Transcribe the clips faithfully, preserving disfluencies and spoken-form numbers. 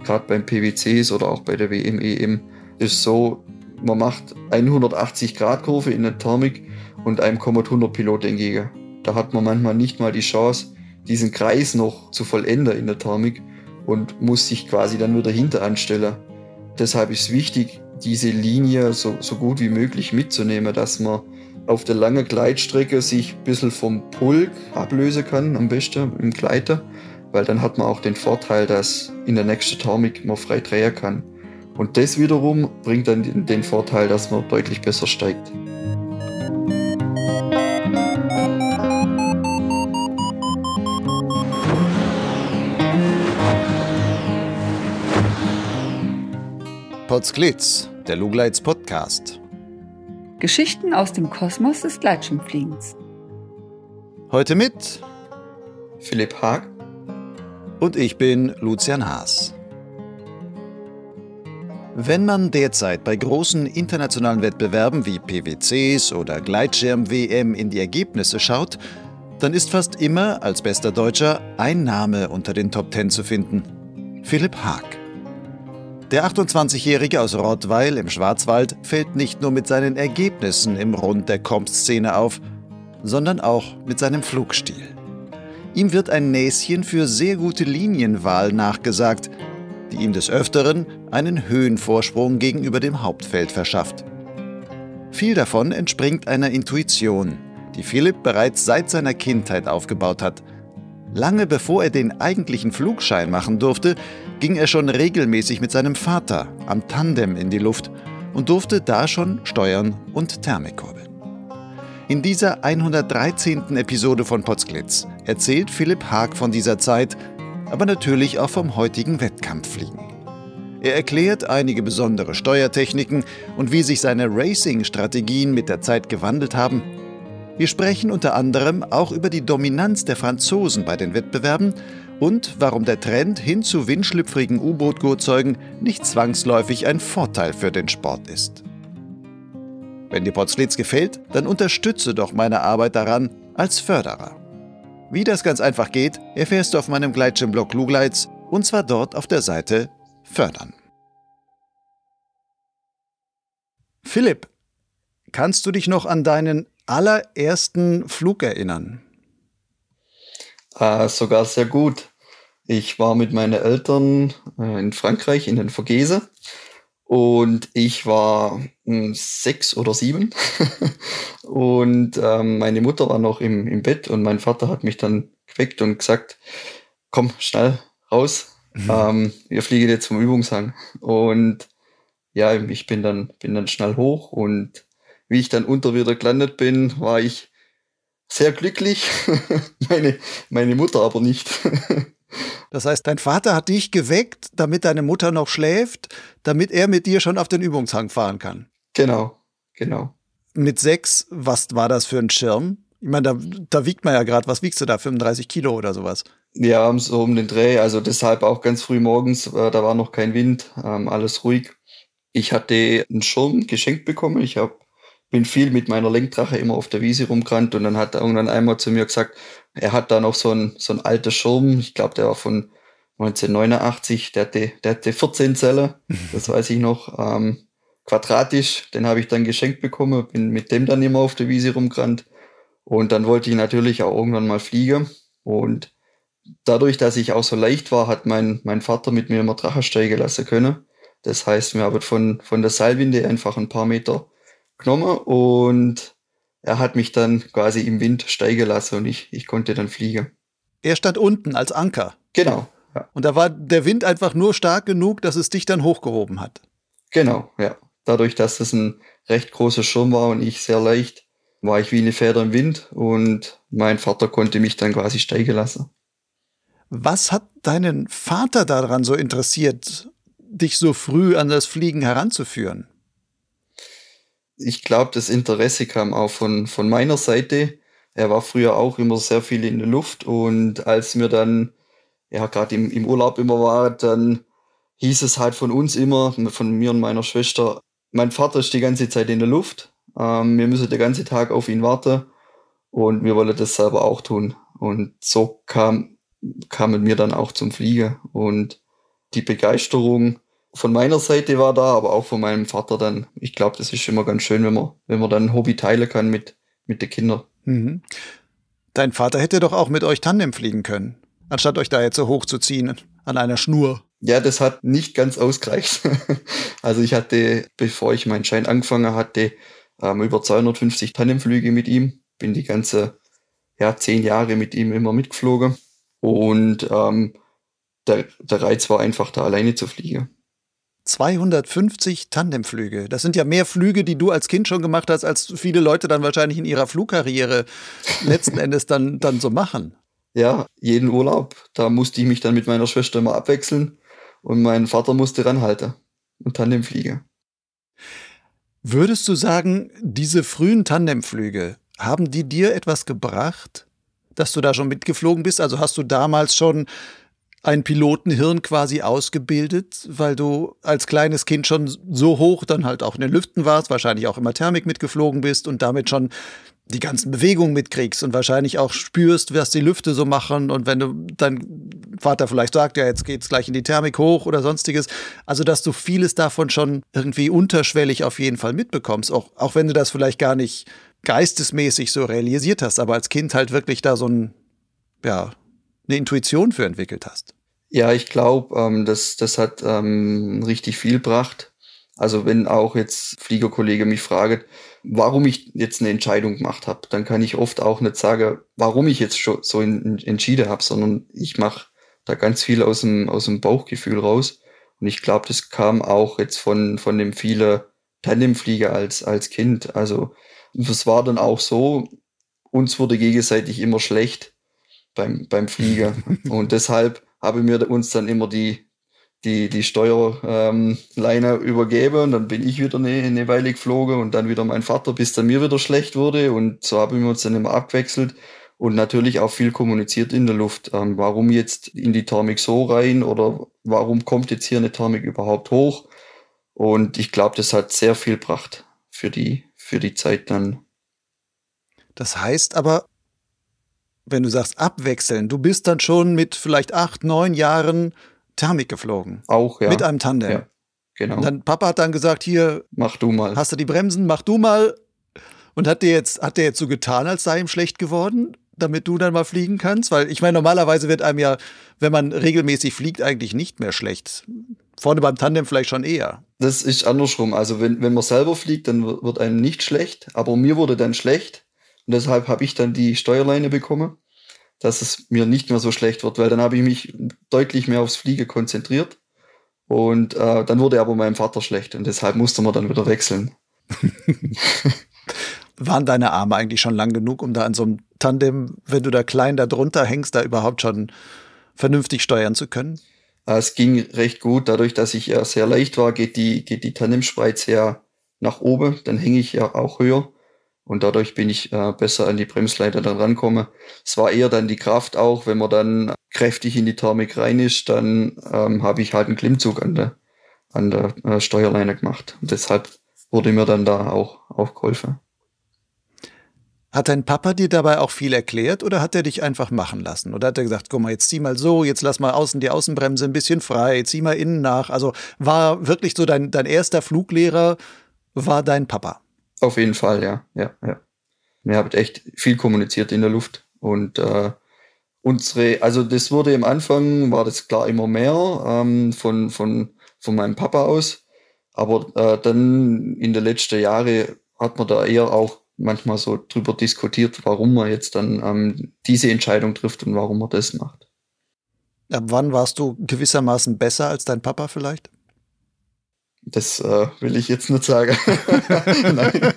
gerade beim P V Cs oder auch bei der W M, E M, ist so, man macht eine hundertachtzig Grad Kurve in der Thermik und einem kommt hundert Pilot entgegen. Da hat man manchmal nicht mal die Chance, diesen Kreis noch zu vollenden in der Thermik und muss sich quasi dann wieder hinter anstellen. Deshalb ist es wichtig, diese Linie so, so gut wie möglich mitzunehmen, dass man auf der langen Gleitstrecke sich ein bisschen vom Pulk ablösen kann, am besten im Gleiter, weil dann hat man auch den Vorteil, dass in der nächsten Thermik man frei drehen kann. Und das wiederum bringt dann den Vorteil, dass man deutlich besser steigt. Potsglitz, der Lugleits Podcast. Geschichten aus dem Kosmos des Gleitschirmfliegens. Heute mit Philipp Haag und ich bin Lucian Haas. Wenn man derzeit bei großen internationalen Wettbewerben wie P V Cs oder Gleitschirm-W M in die Ergebnisse schaut, dann ist fast immer als bester Deutscher ein Name unter den Top Ten zu finden: Philipp Haag. Der achtundzwanzigjährige aus Rottweil im Schwarzwald fällt nicht nur mit seinen Ergebnissen im Rund der Comp-Szene auf, sondern auch mit seinem Flugstil. Ihm wird ein Näschen für sehr gute Linienwahl nachgesagt, die ihm des Öfteren einen Höhenvorsprung gegenüber dem Hauptfeld verschafft. Viel davon entspringt einer Intuition, die Philipp bereits seit seiner Kindheit aufgebaut hat. Lange bevor er den eigentlichen Flugschein machen durfte, ging er schon regelmäßig mit seinem Vater am Tandem in die Luft und durfte da schon steuern und Thermik kurbeln. In dieser hundertdreizehnten Episode von Potsglitz erzählt Philipp Haag von dieser Zeit, aber natürlich auch vom heutigen Wettkampffliegen. Er erklärt einige besondere Steuertechniken und wie sich seine Racing-Strategien mit der Zeit gewandelt haben. Wir sprechen unter anderem auch über die Dominanz der Franzosen bei den Wettbewerben und warum der Trend hin zu windschlüpfrigen U-Boot-Gurtzeugen nicht zwangsläufig ein Vorteil für den Sport ist. Wenn dir Potsglitz gefällt, dann unterstütze doch meine Arbeit daran als Förderer. Wie das ganz einfach geht, erfährst du auf meinem Gleitschirmblog Lugleits, und zwar dort auf der Seite Fördern. Philipp, kannst du dich noch an deinen allerersten Flug erinnern? Äh, sogar sehr gut. Ich war mit meinen Eltern äh, in Frankreich, in den Vogesen. Und ich war mh, sechs oder sieben. und ähm, meine Mutter war noch im, im Bett und mein Vater hat mich dann geweckt und gesagt, komm, schnell raus. Mhm. Ähm, wir fliegen jetzt vom Übungshang. Und ja, ich bin dann, bin dann schnell hoch und wie ich dann unter wieder gelandet bin, war ich sehr glücklich. meine, meine Mutter aber nicht. Das heißt, dein Vater hat dich geweckt, damit deine Mutter noch schläft, damit er mit dir schon auf den Übungshang fahren kann. Genau, genau. Mit sechs, was war das für ein Schirm? Ich meine, da, da wiegt man ja gerade, was wiegst du da, fünfunddreißig Kilo oder sowas? Ja, so um den Dreh, also deshalb auch ganz früh morgens, äh, da war noch kein Wind, ähm, alles ruhig. Ich hatte einen Schirm geschenkt bekommen, ich hab, bin viel mit meiner Lenkdrache immer auf der Wiese rumgerannt und dann hat er irgendwann einmal zu mir gesagt, er hat da noch so einen so einen alten Schirm, ich glaube, der war von neunzehnhundertneunundachtzig, der hatte, der hatte vierzehn Zellen, das weiß ich noch, ähm, quadratisch, den habe ich dann geschenkt bekommen, bin mit dem dann immer auf der Wiese rumgerannt und dann wollte ich natürlich auch irgendwann mal fliegen und dadurch, dass ich auch so leicht war, hat mein, mein Vater mit mir immer Drache steigen lassen können. Das heißt, wir haben von, von der Seilwinde einfach ein paar Meter genommen und er hat mich dann quasi im Wind steigen lassen und ich, ich konnte dann fliegen. Er stand unten als Anker. Genau. Ja. Und da war der Wind einfach nur stark genug, dass es dich dann hochgehoben hat. Genau, ja. Dadurch, dass das ein recht großer Schirm war und ich sehr leicht, war ich wie eine Feder im Wind und mein Vater konnte mich dann quasi steigen lassen. Was hat deinen Vater daran so interessiert, dich so früh an das Fliegen heranzuführen? Ich glaube, das Interesse kam auch von, von meiner Seite. Er war früher auch immer sehr viel in der Luft und als wir dann, ja, gerade im, im Urlaub immer waren, dann hieß es halt von uns immer, von mir und meiner Schwester, mein Vater ist die ganze Zeit in der Luft, ähm, wir müssen den ganzen Tag auf ihn warten und wir wollen das selber auch tun. Und so kam, kamen wir dann auch zum Fliegen und die Begeisterung von meiner Seite war da, aber auch von meinem Vater dann. Ich glaube, das ist immer ganz schön, wenn man, wenn man dann ein Hobby teilen kann mit, mit den Kindern. Mhm. Dein Vater hätte doch auch mit euch Tandem fliegen können, anstatt euch da jetzt so hochzuziehen an einer Schnur. Ja, das hat nicht ganz ausgereicht. Also ich hatte, bevor ich meinen Schein angefangen hatte, ähm, über zweihundertfünfzig Tandemflüge mit ihm. Bin die ganze, ja, zehn Jahre mit ihm immer mitgeflogen. Und ähm, der, der Reiz war einfach, da alleine zu fliegen. zweihundertfünfzig Tandemflüge. Das sind ja mehr Flüge, die du als Kind schon gemacht hast, als viele Leute dann wahrscheinlich in ihrer Flugkarriere letzten Endes dann, dann so machen. Ja, jeden Urlaub. Da musste ich mich dann mit meiner Schwester immer abwechseln und mein Vater musste ranhalten und Tandem fliegen. Würdest du sagen, diese frühen Tandemflüge, haben die dir etwas gebracht, dass du da schon mitgeflogen bist? Also hast du damals schon ein Pilotenhirn quasi ausgebildet, weil du als kleines Kind schon so hoch dann halt auch in den Lüften warst, wahrscheinlich auch immer Thermik mitgeflogen bist und damit schon die ganzen Bewegungen mitkriegst und wahrscheinlich auch spürst, was die Lüfte so machen und wenn du dein Vater vielleicht sagt, ja, jetzt geht's gleich in die Thermik hoch oder sonstiges, also dass du vieles davon schon irgendwie unterschwellig auf jeden Fall mitbekommst, auch, auch wenn du das vielleicht gar nicht geistesmäßig so realisiert hast, aber als Kind halt wirklich da so ein, ja, eine Intuition für entwickelt hast. Ja, ich glaube, ähm, das, das hat ähm, richtig viel gebracht. Also wenn auch jetzt Fliegerkollege mich fragt, warum ich jetzt eine Entscheidung gemacht habe, dann kann ich oft auch nicht sagen, warum ich jetzt schon so in, entschieden habe, sondern ich mache da ganz viel aus dem, aus dem Bauchgefühl raus. Und ich glaube, das kam auch jetzt von, von dem vielen Tandemflieger als, als Kind. Also das war dann auch so, uns wurde gegenseitig immer schlecht beim, beim Flieger. Und deshalb haben wir uns dann immer die, die, die Steuerleine ähm, übergeben und dann bin ich wieder eine, eine Weile geflogen und dann wieder mein Vater, bis dann mir wieder schlecht wurde und so haben wir uns dann immer abgewechselt und natürlich auch viel kommuniziert in der Luft. Ähm, warum jetzt in die Thermik so rein oder warum kommt jetzt hier eine Thermik überhaupt hoch? Und ich glaube, das hat sehr viel gebracht für die, für die Zeit dann. Das heißt aber, wenn du sagst abwechseln, du bist dann schon mit vielleicht acht, neun Jahren Thermik geflogen. Auch, ja. Mit einem Tandem. Ja, genau. Und dann Papa hat dann gesagt, hier, mach du mal. Hast du die Bremsen, mach du mal. Und hat der jetzt, hat der jetzt so getan, als sei ihm schlecht geworden, damit du dann mal fliegen kannst? Weil ich meine, normalerweise wird einem ja, wenn man regelmäßig fliegt, eigentlich nicht mehr schlecht. Vorne beim Tandem vielleicht schon eher. Das ist andersrum. Also wenn, wenn man selber fliegt, dann wird einem nicht schlecht. Aber mir wurde dann schlecht. Und deshalb habe ich dann die Steuerleine bekommen, dass es mir nicht mehr so schlecht wird, weil dann habe ich mich deutlich mehr aufs Fliegen konzentriert und äh, dann wurde aber meinem Vater schlecht und deshalb musste man dann wieder wechseln. Waren deine Arme eigentlich schon lang genug, um da an so einem Tandem, wenn du da klein da drunter hängst, da überhaupt schon vernünftig steuern zu können? Äh, es ging recht gut, dadurch, dass ich ja sehr leicht war, geht die, geht die Tandemspreiz ja nach oben, dann hänge ich ja auch höher. Und dadurch bin ich äh, besser an die Bremsleiter dann rankomme. Es war eher dann die Kraft auch, wenn man dann kräftig in die Thermik rein ist, dann ähm, habe ich halt einen Klimmzug an der, an der äh, Steuerleine gemacht. Und deshalb wurde mir dann da auch, auch geholfen. Hat dein Papa dir dabei auch viel erklärt oder hat er dich einfach machen lassen? Oder hat er gesagt, guck mal, jetzt zieh mal so, jetzt lass mal außen die Außenbremse ein bisschen frei, zieh mal innen nach. Also war wirklich so dein, dein erster Fluglehrer, war dein Papa? Auf jeden Fall, ja, ja, ja. Wir haben echt viel kommuniziert in der Luft und äh, unsere, also das wurde am Anfang, war das klar immer mehr ähm, von, von, von meinem Papa aus, aber äh, dann in den letzten Jahren hat man da eher auch manchmal so drüber diskutiert, warum man jetzt dann ähm, diese Entscheidung trifft und warum man das macht. Ab wann warst du gewissermaßen besser als dein Papa vielleicht? Das äh, will ich jetzt nicht sagen. Nein.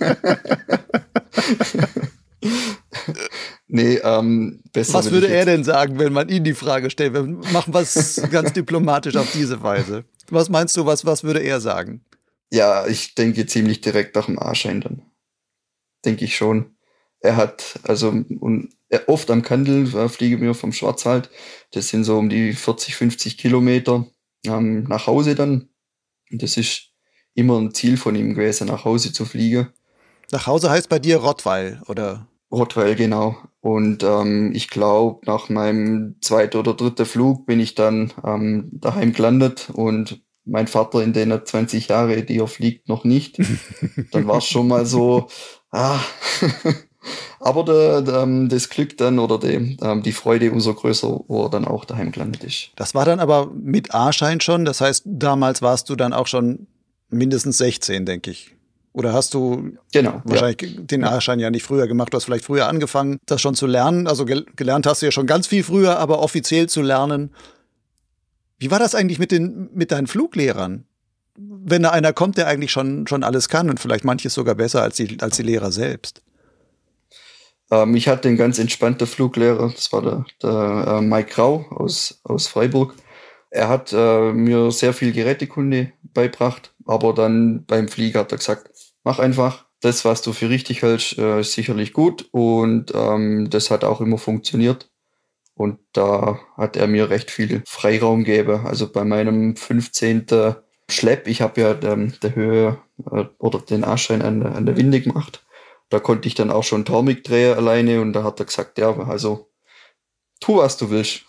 nee, ähm, besser. Was würde er denn sagen, wenn man ihn die Frage stellt? Wir machen was ganz diplomatisch auf diese Weise. Was meinst du, was, was würde er sagen? Ja, ich denke ziemlich direkt nach dem A-Schein dann. Denke ich schon. Er hat, also und er, oft am Kandel äh, fliegen wir vom Schwarzwald. Das sind so um die vierzig, fünfzig Kilometer ähm, nach Hause dann. Und das ist immer ein Ziel von ihm gewesen, nach Hause zu fliegen. Nach Hause heißt bei dir Rottweil, oder? Rottweil, genau. Und ähm, ich glaube, nach meinem zweiten oder dritten Flug bin ich dann ähm, daheim gelandet und mein Vater in den zwanzig Jahre, die er fliegt, noch nicht. Dann war es schon mal so, ah, aber der, der, das Glück dann oder die, die Freude umso größer, wo er dann auch daheim gelandet ist. Das war dann aber mit A-Schein schon, das heißt, damals warst du dann auch schon mindestens sechzehn, denke ich. Oder hast du genau, wahrscheinlich ja. den A-Schein ja nicht früher gemacht, du hast vielleicht früher angefangen, das schon zu lernen, also gel- gelernt hast du ja schon ganz viel früher, aber offiziell zu lernen. Wie war das eigentlich mit den, mit deinen Fluglehrern? Wenn da einer kommt, der eigentlich schon, schon alles kann und vielleicht manches sogar besser als die, als die Lehrer selbst. Ähm, ich hatte einen ganz entspannten Fluglehrer, das war der, der äh, Mike Grau aus, aus Freiburg. Er hat äh, mir sehr viel Gerätekunde beigebracht, aber dann beim Fliegen hat er gesagt, mach einfach das, was du für richtig hältst, äh, ist sicherlich gut und ähm, das hat auch immer funktioniert. Und da hat er mir recht viel Freiraum gegeben. Also bei meinem fünfzehnten Schlepp, ich habe ja ähm, der Höhe äh, oder den A-Schein an, an der Winde gemacht. Da konnte ich dann auch schon Thermik drehen alleine und da hat er gesagt, ja, also tu, was du willst.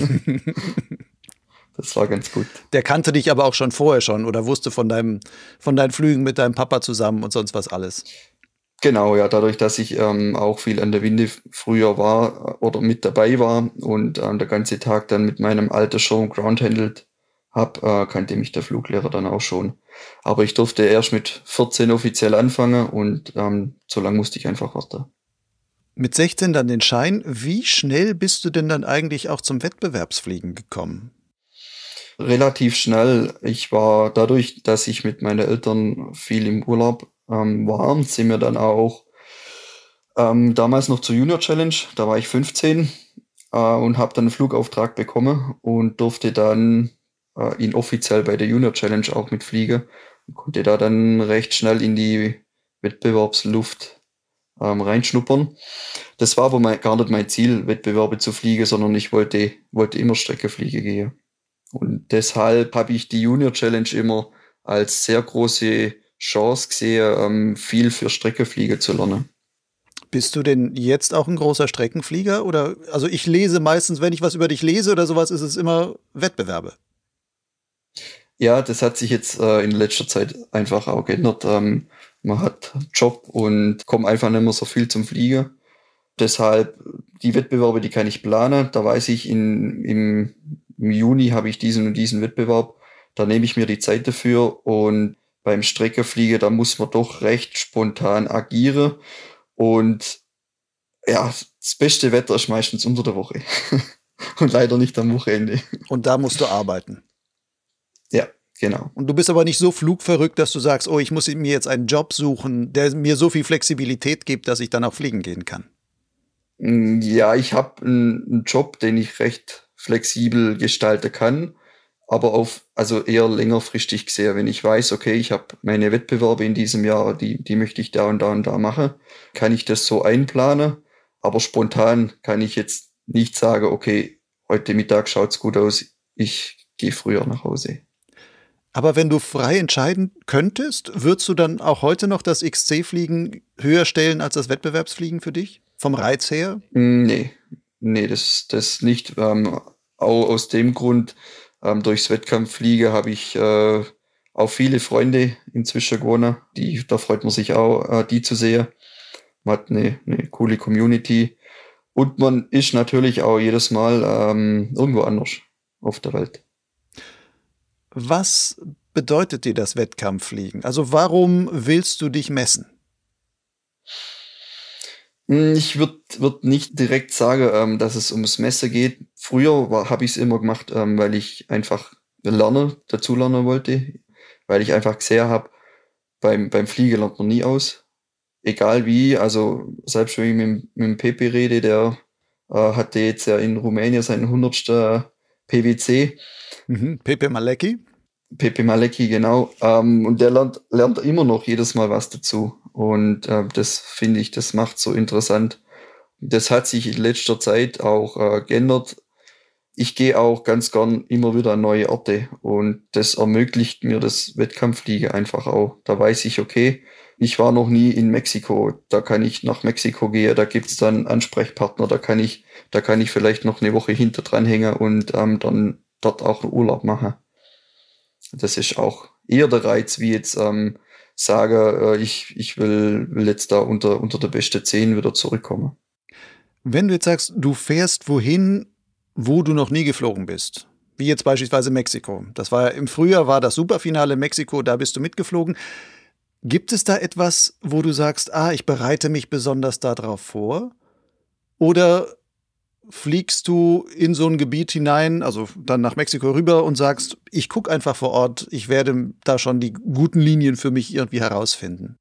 Das war ganz gut. Der kannte dich aber auch schon vorher schon oder wusste von deinem, von deinen Flügen mit deinem Papa zusammen und sonst was alles. Genau, ja, dadurch, dass ich ähm, auch viel an der Winde früher war oder mit dabei war und ähm, der ganze Tag dann mit meinem alten Schirm groundhandelt habe, äh, kannte mich der Fluglehrer dann auch schon. Aber ich durfte erst mit vierzehn offiziell anfangen und ähm, so lange musste ich einfach warten. Mit sechzehn dann den Schein. Wie schnell bist du denn dann eigentlich auch zum Wettbewerbsfliegen gekommen? Relativ schnell. Ich war dadurch, dass ich mit meinen Eltern viel im Urlaub ähm, war, sind wir dann auch ähm, damals noch zur Junior Challenge. Da war ich fünfzehn äh, und habe dann einen Flugauftrag bekommen und durfte dann äh, ihn offiziell bei der Junior Challenge auch mitfliegen und konnte da dann recht schnell in die Wettbewerbsluft ähm, reinschnuppern. Das war aber mein, gar nicht mein Ziel, Wettbewerbe zu fliegen, sondern ich wollte, wollte immer Streckenfliegen gehen. Und deshalb habe ich die Junior Challenge immer als sehr große Chance gesehen, ähm, viel für Streckenfliegen zu lernen. Bist du denn jetzt auch ein großer Streckenflieger? Oder, also ich lese meistens, wenn ich was über dich lese oder sowas, ist es immer Wettbewerbe. Ja, das hat sich jetzt äh, in letzter Zeit einfach auch geändert. Ähm, man hat Job und kommt einfach nicht mehr so viel zum Fliegen. Deshalb, die Wettbewerbe, die kann ich planen. Da weiß ich, in, im, im Juni habe ich diesen und diesen Wettbewerb. Da nehme ich mir die Zeit dafür. Und beim Streckenfliegen, da muss man doch recht spontan agieren. Und ja, das beste Wetter ist meistens unter der Woche. Und leider nicht am Wochenende. Und da musst du arbeiten. Ja, genau. Und du bist aber nicht so flugverrückt, dass du sagst, oh, ich muss mir jetzt einen Job suchen, der mir so viel Flexibilität gibt, dass ich dann auch fliegen gehen kann. Ja, ich habe einen Job, den ich recht flexibel gestalten kann, aber auf, also eher längerfristig gesehen, wenn ich weiß, okay, ich habe meine Wettbewerbe in diesem Jahr, die, die möchte ich da und da und da machen, kann ich das so einplanen, aber spontan kann ich jetzt nicht sagen, okay, heute Mittag schaut's gut aus, ich gehe früher nach Hause. Aber wenn du frei entscheiden könntest, würdest du dann auch heute noch das X C-Fliegen höher stellen als das Wettbewerbsfliegen für dich? Vom Reiz her? Nee, nee, das, das nicht. Ähm, auch aus dem Grund, ähm, durchs Wettkampffliegen habe ich äh, auch viele Freunde inzwischen gewonnen. Die, da freut man sich auch, äh, die zu sehen. Man hat eine, eine coole Community. Und man ist natürlich auch jedes Mal ähm, irgendwo anders auf der Welt. Was bedeutet dir das Wettkampffliegen? Also warum willst du dich messen? Ich würde würd nicht direkt sagen, ähm, dass es ums Messen geht. Früher habe ich es immer gemacht, ähm, weil ich einfach lernen, dazulernen wollte. Weil ich einfach gesehen habe, beim, beim Fliegen lernt man nie aus. Egal wie, also selbst wenn ich mit, mit dem Pepe rede, der äh, hatte jetzt ja in Rumänien seinen hundertsten P W C. Mhm, Pepe Malecki. Pepe Malecki, genau. Ähm, und der lernt, lernt immer noch jedes Mal was dazu. Und äh, das finde ich, das macht so interessant. Das hat sich in letzter Zeit auch äh, geändert. ich gehe auch ganz gern immer wieder an neue Orte und das ermöglicht mir das Wettkampffliegen einfach auch. Da weiß ich, okay, ich war noch nie in Mexiko, da kann ich nach Mexiko gehen, da gibt's dann Ansprechpartner, da kann ich, da kann ich vielleicht noch eine Woche hinter dran hängen und ähm, dann dort auch einen Urlaub machen. Das ist auch eher der Reiz, wie jetzt ähm, sage, äh, ich, ich will, will jetzt da unter, unter der beste zehn wieder zurückkommen. Wenn du jetzt sagst, du fährst wohin, wo du noch nie geflogen bist, wie jetzt beispielsweise Mexiko. Das war im Frühjahr, war das Superfinale in Mexiko, da bist du mitgeflogen. Gibt es da etwas, wo du sagst, ah, ich bereite mich besonders darauf vor? Oder fliegst du in so ein Gebiet hinein, also dann nach Mexiko rüber und sagst, ich gucke einfach vor Ort, ich werde da schon die guten Linien für mich irgendwie herausfinden?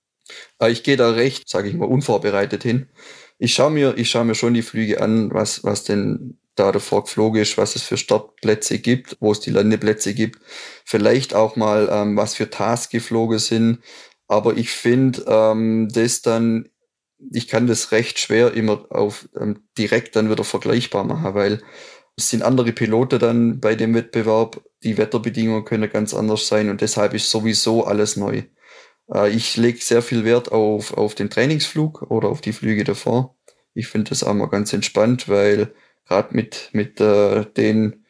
Ich gehe da recht, sage ich mal, unvorbereitet hin. Ich schaue mir, ich schaue mir schon die Flüge an, was, was denn da davor geflogen ist, was es für Startplätze gibt, wo es die Landeplätze gibt. Vielleicht auch mal, ähm, was für Tasks geflogen sind. Aber ich finde, ähm, das dann, ich kann das recht schwer immer auf ähm, direkt dann wieder vergleichbar machen, weil es sind andere Piloten dann bei dem Wettbewerb. Die Wetterbedingungen können ganz anders sein und deshalb ist sowieso alles neu. Äh, ich lege sehr viel Wert auf, auf den Trainingsflug oder auf die Flüge davor. Ich finde das auch mal ganz entspannt, weil gerade mit, mit äh, den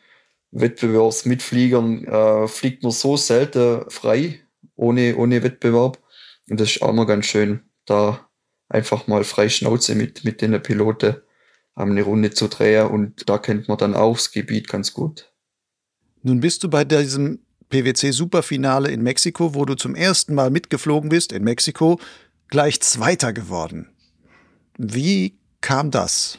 Wettbewerbsmitfliegern äh, fliegt man so selten frei, ohne, ohne Wettbewerb. Und das ist auch mal ganz schön, da einfach mal frei Schnauze mit, mit den Piloten ähm, eine Runde zu drehen. Und da kennt man dann auch das Gebiet ganz gut. Nun bist du bei diesem P W C-Superfinale in Mexiko, wo du zum ersten Mal mitgeflogen bist, in Mexiko, gleich Zweiter geworden. Wie kam das?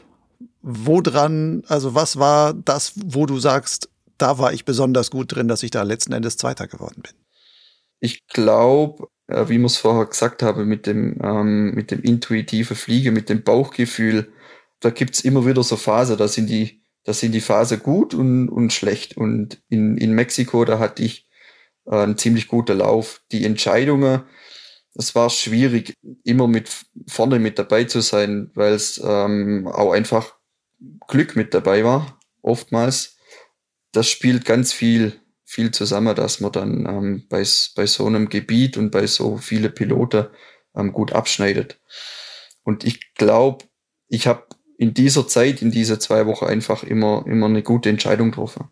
Wodran, also was war das, wo du sagst, da war ich besonders gut drin, dass ich da letzten Endes Zweiter geworden bin? Ich glaube, äh, wie wir es vorher gesagt haben, mit dem, ähm, mit dem intuitiven Fliegen, mit dem Bauchgefühl, da gibt's immer wieder so Phasen, da sind die, da sind die Phasen gut und, und schlecht. Und in, in Mexiko, da hatte ich äh, einen ziemlich guten Lauf. Die Entscheidungen, es war schwierig, immer mit vorne mit dabei zu sein, weil es ähm, auch einfach Glück mit dabei war, oftmals. Das spielt ganz viel, viel zusammen, dass man dann ähm, bei, bei so einem Gebiet und bei so vielen Piloten ähm, gut abschneidet. Und ich glaube, ich habe in dieser Zeit, in diese zwei Wochen einfach immer, immer eine gute Entscheidung getroffen.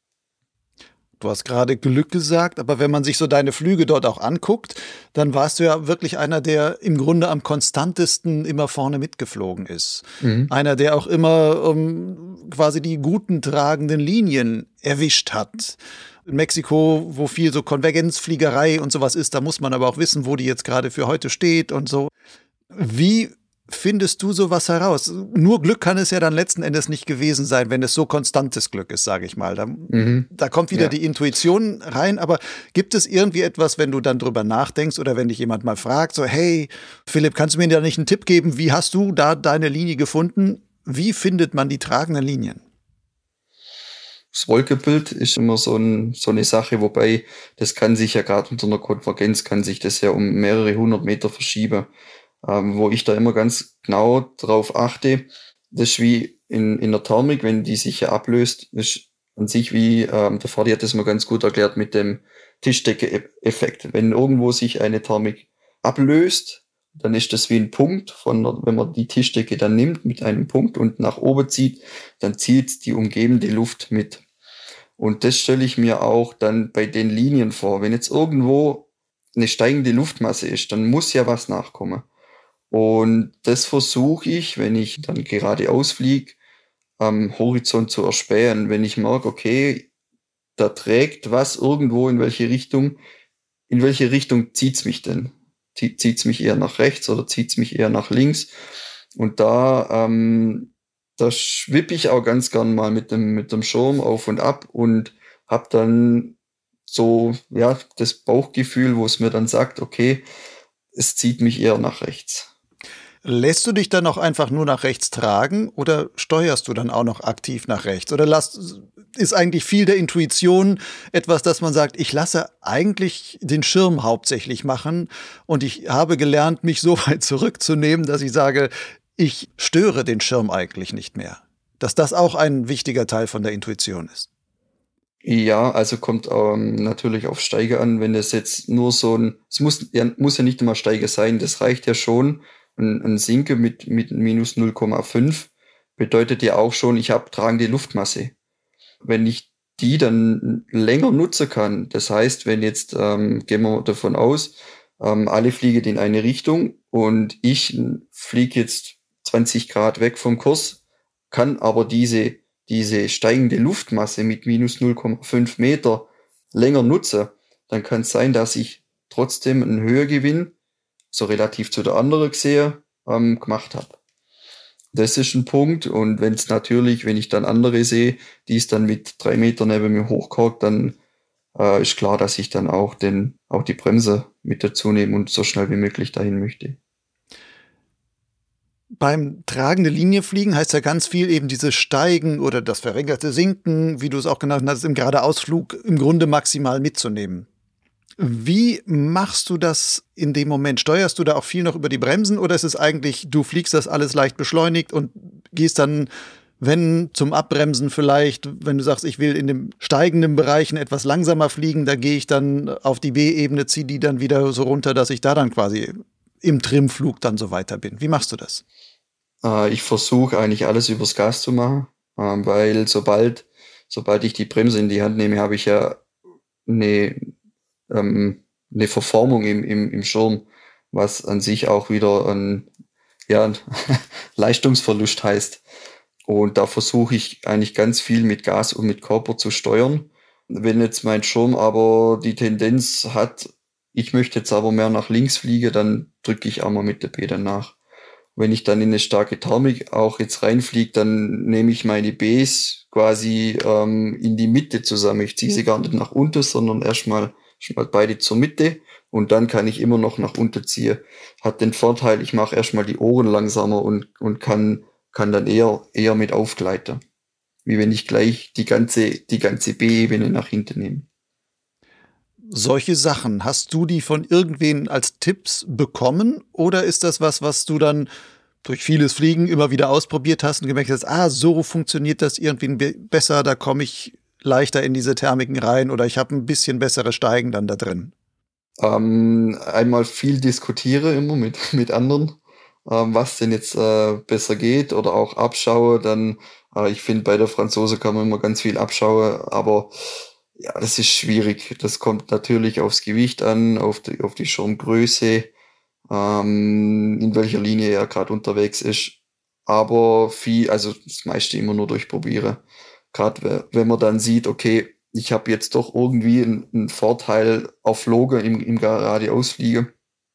Du hast gerade Glück gesagt, aber wenn man sich so deine Flüge dort auch anguckt, dann warst du ja wirklich einer, der im Grunde am konstantesten immer vorne mitgeflogen ist. Mhm. Einer, der auch immer um, quasi die guten tragenden Linien erwischt hat. In Mexiko, wo viel so Konvergenzfliegerei und sowas ist, da muss man aber auch wissen, wo die jetzt gerade für heute steht und so. Wie findest du sowas heraus? Nur Glück kann es ja dann letzten Endes nicht gewesen sein, wenn es so konstantes Glück ist, sage ich mal. Da, mhm. da kommt wieder ja. die Intuition rein, aber gibt es irgendwie etwas, wenn du dann drüber nachdenkst oder wenn dich jemand mal fragt, so hey, Philipp, kannst du mir da nicht einen Tipp geben, wie hast du da deine Linie gefunden? Wie findet man die tragenden Linien? Das Wolkenbild ist immer so, ein, so eine Sache, wobei das kann sich ja gerade unter einer Konvergenz, kann sich das ja um mehrere hundert Meter verschieben. Ähm, wo ich da immer ganz genau drauf achte, das ist wie in, in der Thermik, wenn die sich ja ablöst, ist an sich wie, ähm, der Fadi hat das mal ganz gut erklärt mit dem Tischdecke-Effekt. Wenn irgendwo sich eine Thermik ablöst, dann ist das wie ein Punkt, von der, wenn man die Tischdecke dann nimmt mit einem Punkt und nach oben zieht, dann zieht die umgebende Luft mit. Und das stelle ich mir auch dann bei den Linien vor. Wenn jetzt irgendwo eine steigende Luftmasse ist, dann muss ja was nachkommen. Und das versuche ich, wenn ich dann geradeaus fliege, am Horizont zu erspähen. Wenn ich merke, okay, da trägt was irgendwo in welche Richtung, in welche Richtung zieht's mich denn? Zieht's mich eher nach rechts oder zieht's mich eher nach links? Und da, ähm, da schwippe ich auch ganz gern mal mit dem, mit dem Schirm auf und ab und hab dann so, ja, das Bauchgefühl, wo es mir dann sagt, okay, es zieht mich eher nach rechts. Lässt du dich dann auch einfach nur nach rechts tragen oder steuerst du dann auch noch aktiv nach rechts? Oder lass, ist eigentlich viel der Intuition etwas, dass man sagt, ich lasse eigentlich den Schirm hauptsächlich machen und ich habe gelernt, mich so weit zurückzunehmen, dass ich sage, ich störe den Schirm eigentlich nicht mehr? dass das auch ein wichtiger Teil von der Intuition ist. Ja, also kommt ähm, natürlich auf Steiger an, wenn das jetzt nur so ein, es muss ja, muss ja nicht immer Steiger sein, das reicht ja schon. Ein, ein Sinke mit, mit minus null Komma fünf bedeutet ja auch schon, ich habe tragende Luftmasse. Wenn ich die dann länger nutzen kann, das heißt, wenn jetzt, ähm, gehen wir davon aus, ähm, alle fliegen in eine Richtung und ich fliege jetzt zwanzig Grad weg vom Kurs, kann aber diese diese steigende Luftmasse mit minus null Komma fünf Meter länger nutze, dann kann es sein, dass ich trotzdem einen Höhergewinn, so relativ zu der anderen gesehen, ähm, gemacht habe. Das ist ein Punkt. Und wenn es natürlich, wenn ich dann andere sehe, die es dann mit drei Meter neben mir hochkorkt, dann äh, ist klar, dass ich dann auch den, auch die Bremse mit dazu nehme und so schnell wie möglich dahin möchte. Beim tragende Linie fliegen heißt ja ganz viel eben dieses Steigen oder das verringerte Sinken, wie du es auch genannt hast, im Geradeausflug im Grunde maximal mitzunehmen. Wie machst du das in dem Moment? Steuerst du da auch viel noch über die Bremsen oder ist es eigentlich, du fliegst das alles leicht beschleunigt und gehst dann, wenn zum Abbremsen vielleicht, wenn du sagst, ich will in dem steigenden Bereichen etwas langsamer fliegen, da gehe ich dann auf die B-Ebene, ziehe die dann wieder so runter, dass ich da dann quasi im Trimmflug dann so weiter bin. Wie machst du das? Äh, ich versuche eigentlich alles übers Gas zu machen, äh, weil sobald, sobald ich die Bremse in die Hand nehme, habe ich ja eine, ähm, eine Verformung im, im, im Schirm, was an sich auch wieder ein, ja, ein Leistungsverlust heißt. Und da versuche ich eigentlich ganz viel mit Gas und mit Körper zu steuern. Wenn jetzt mein Schirm aber die Tendenz hat, ich möchte jetzt aber mehr nach links fliegen, dann drücke ich auch mal mit der P nach. Wenn ich dann in eine starke Thermik auch jetzt reinfliege, dann nehme ich meine Bs quasi ähm, in die Mitte zusammen. Ich ziehe sie gar nicht nach unten, sondern erstmal erstmal beide zur Mitte und dann kann ich immer noch nach unten ziehen. Hat den Vorteil, ich mache erstmal die Ohren langsamer und, und kann, kann dann eher, eher mit aufgleiten. Wie wenn ich gleich die ganze, die ganze B-Ebene nach hinten nehme. Solche Sachen, hast du die von irgendwen als Tipps bekommen oder ist das was, was du dann durch vieles Fliegen immer wieder ausprobiert hast und gemerkt hast, ah, so funktioniert das irgendwie besser, da komme ich leichter in diese Thermiken rein oder ich habe ein bisschen bessere Steigen dann da drin? Ähm, einmal viel diskutiere immer mit, mit anderen, ähm, was denn jetzt äh, besser geht oder auch abschaue. Dann, äh, ich finde, bei der Franzose kann man immer ganz viel abschauen, aber ja, das ist schwierig. Das kommt natürlich aufs Gewicht an, auf die, auf die Schirmgröße, ähm, in welcher Linie er gerade unterwegs ist. Aber viel, also das meiste immer nur durchprobieren. Gerade wenn man dann sieht, okay, ich habe jetzt doch irgendwie einen, einen Vorteil auf Loge im, im Geradeausfliegen.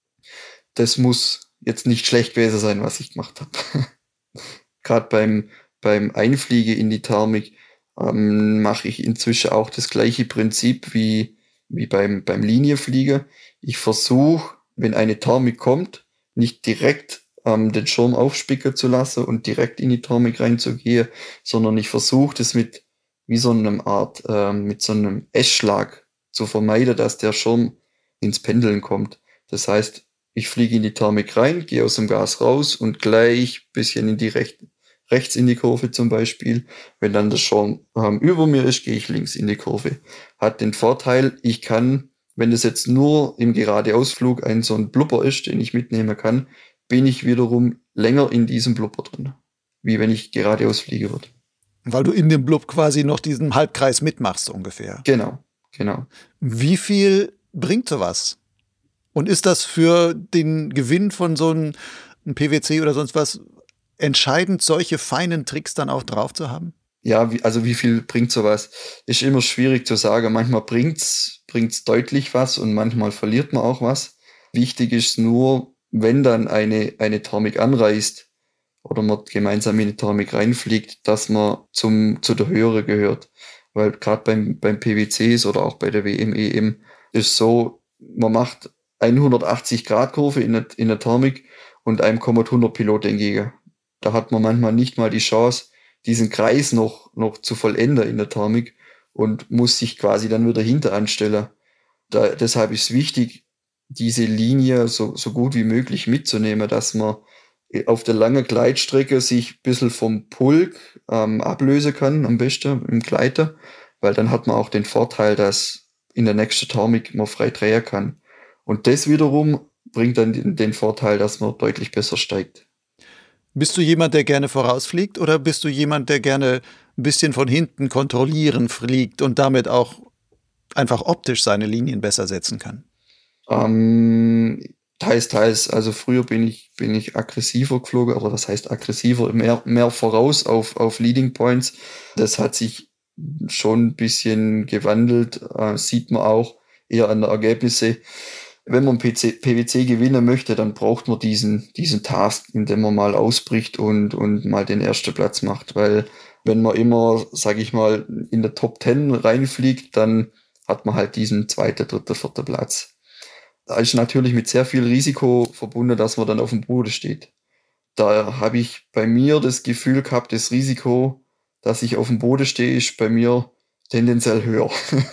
Das muss jetzt nicht schlecht gewesen sein, was ich gemacht habe. Gerade beim, beim Einfliegen in die Thermik ähm, mache ich inzwischen auch das gleiche Prinzip wie, wie beim, beim Linienfliegen. Ich versuche, wenn eine Thermik kommt, nicht direkt ähm, den Schirm aufspicken zu lassen und direkt in die Thermik reinzugehen, sondern ich versuche das mit wie so einem Art, ähm, mit so einem S-Schlag zu vermeiden, dass der Schirm ins Pendeln kommt. Das heißt, ich fliege in die Thermik rein, gehe aus dem Gas raus und gleich bisschen in die Recht, rechts in die Kurve zum Beispiel. Wenn dann der Schirm ähm, über mir ist, gehe ich links in die Kurve. Hat den Vorteil, ich kann, wenn das jetzt nur im Geradeausflug ein so ein Blubber ist, den ich mitnehmen kann, bin ich wiederum länger in diesem Blubber drin, wie wenn ich geradeaus fliegen würde. Weil du in dem Blub quasi noch diesen Halbkreis mitmachst ungefähr. Genau, genau. Wie viel bringt sowas? Und ist das für den Gewinn von so einem P W C oder sonst was entscheidend, solche feinen Tricks dann auch drauf zu haben? Ja, wie, also wie viel bringt sowas? Ist immer schwierig zu sagen. Manchmal bringt's, bringt's deutlich was und manchmal verliert man auch was. Wichtig ist nur, wenn dann eine, eine Thermik anreißt, oder man gemeinsam in die Thermik reinfliegt, dass man zum, zu der Höhere gehört. Weil gerade beim, beim P W Cs oder auch bei der W M, E M ist so, man macht hundertachtzig Grad Kurve in der, in der Thermik und einem kommt hundert Pilot entgegen. Da hat man manchmal nicht mal die Chance, diesen Kreis noch, noch zu vollenden in der Thermik und muss sich quasi dann wieder hinter anstellen. Da, deshalb ist es wichtig, diese Linie so, so gut wie möglich mitzunehmen, dass man auf der langen Gleitstrecke sich ein bisschen vom Pulk ähm, ablösen kann, am besten im Gleiten, weil dann hat man auch den Vorteil, dass in der nächsten Thermik man frei drehen kann. Und das wiederum bringt dann den, den Vorteil, dass man deutlich besser steigt. Bist du jemand, der gerne vorausfliegt, oder bist du jemand, der gerne ein bisschen von hinten kontrollieren fliegt und damit auch einfach optisch seine Linien besser setzen kann? Ähm, teils, teils. Also früher bin ich, bin ich aggressiver geflogen, oder was heißt aggressiver? Mehr, mehr voraus auf, auf Leading Points. Das hat sich schon ein bisschen gewandelt, äh, sieht man auch eher an den Ergebnissen. Wenn man P W C gewinnen möchte, dann braucht man diesen, diesen Task, indem man mal ausbricht und, und mal den ersten Platz macht. Weil wenn man immer, sag ich mal, in der Top Ten reinfliegt, dann hat man halt diesen zweiten, dritten, vierten Platz. Da ist natürlich mit sehr viel Risiko verbunden, dass man dann auf dem Boden steht. Da habe ich bei mir das Gefühl gehabt, das Risiko, dass ich auf dem Boden stehe, ist bei mir tendenziell höher.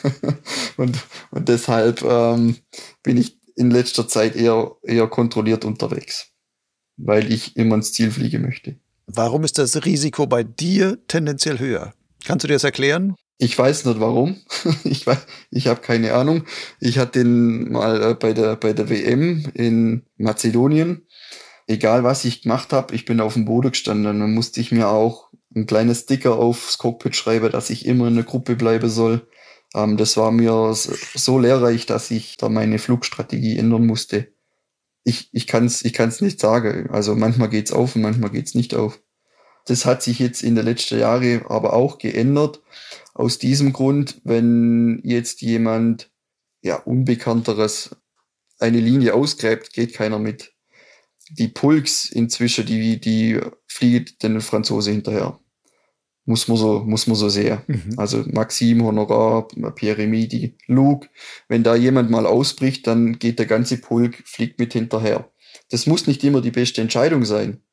und, und deshalb ähm, bin ich in letzter Zeit eher, eher kontrolliert unterwegs, weil ich immer ins Ziel fliegen möchte. Warum ist das Risiko bei dir tendenziell höher? Kannst du dir das erklären? Ich weiß nicht warum. ich weiß, ich habe keine Ahnung. Ich hatte den mal äh, bei der bei der W M in Mazedonien. Egal was ich gemacht habe, ich bin auf dem Boden gestanden. Dann musste ich mir auch ein kleines Sticker aufs Cockpit schreiben, dass ich immer in der Gruppe bleiben soll. Ähm, das war mir so lehrreich, dass ich da meine Flugstrategie ändern musste. Ich, ich kann es ich kann's nicht sagen. Also manchmal geht's auf und manchmal geht's nicht auf. Das hat sich jetzt in den letzten Jahren aber auch geändert. Aus diesem Grund, wenn jetzt jemand, ja, Unbekannteres eine Linie ausgräbt, geht keiner mit. Die Pulks inzwischen, die, die fliegt den Franzose hinterher. Muss man so, muss man so sehen. Mhm. Also Maxime, Honorar, Pierre-Remy, die Luke. Wenn da jemand mal ausbricht, dann geht der ganze Pulk, fliegt mit hinterher. Das muss nicht immer die beste Entscheidung sein.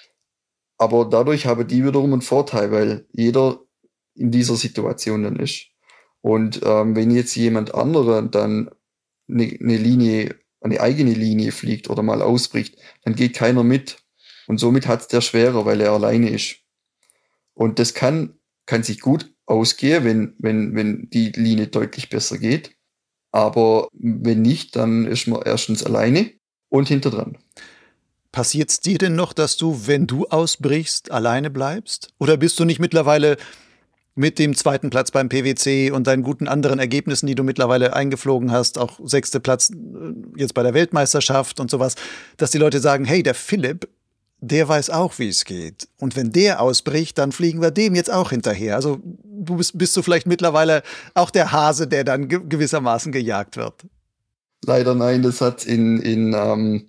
Aber dadurch haben die wiederum einen Vorteil, weil jeder in dieser Situation dann ist. Und ähm, wenn jetzt jemand anderer dann eine, eine Linie, eine eigene Linie fliegt oder mal ausbricht, dann geht keiner mit. Und somit hat es der schwerer, weil er alleine ist. Und das kann, kann sich gut ausgehen, wenn, wenn, wenn die Linie deutlich besser geht. Aber wenn nicht, dann ist man erstens alleine und hinterdran. Passiert es dir denn noch, dass du, wenn du ausbrichst, alleine bleibst? Oder bist du nicht mittlerweile mit dem zweiten Platz beim P W C und deinen guten anderen Ergebnissen, die du mittlerweile eingeflogen hast, auch sechster Platz jetzt bei der Weltmeisterschaft und sowas, dass die Leute sagen, hey, der Philipp, der weiß auch, wie es geht. Und wenn der ausbricht, dann fliegen wir dem jetzt auch hinterher. Also du bist, bist du vielleicht mittlerweile auch der Hase, der dann ge- gewissermaßen gejagt wird? Leider nein, das hat in, in, ähm,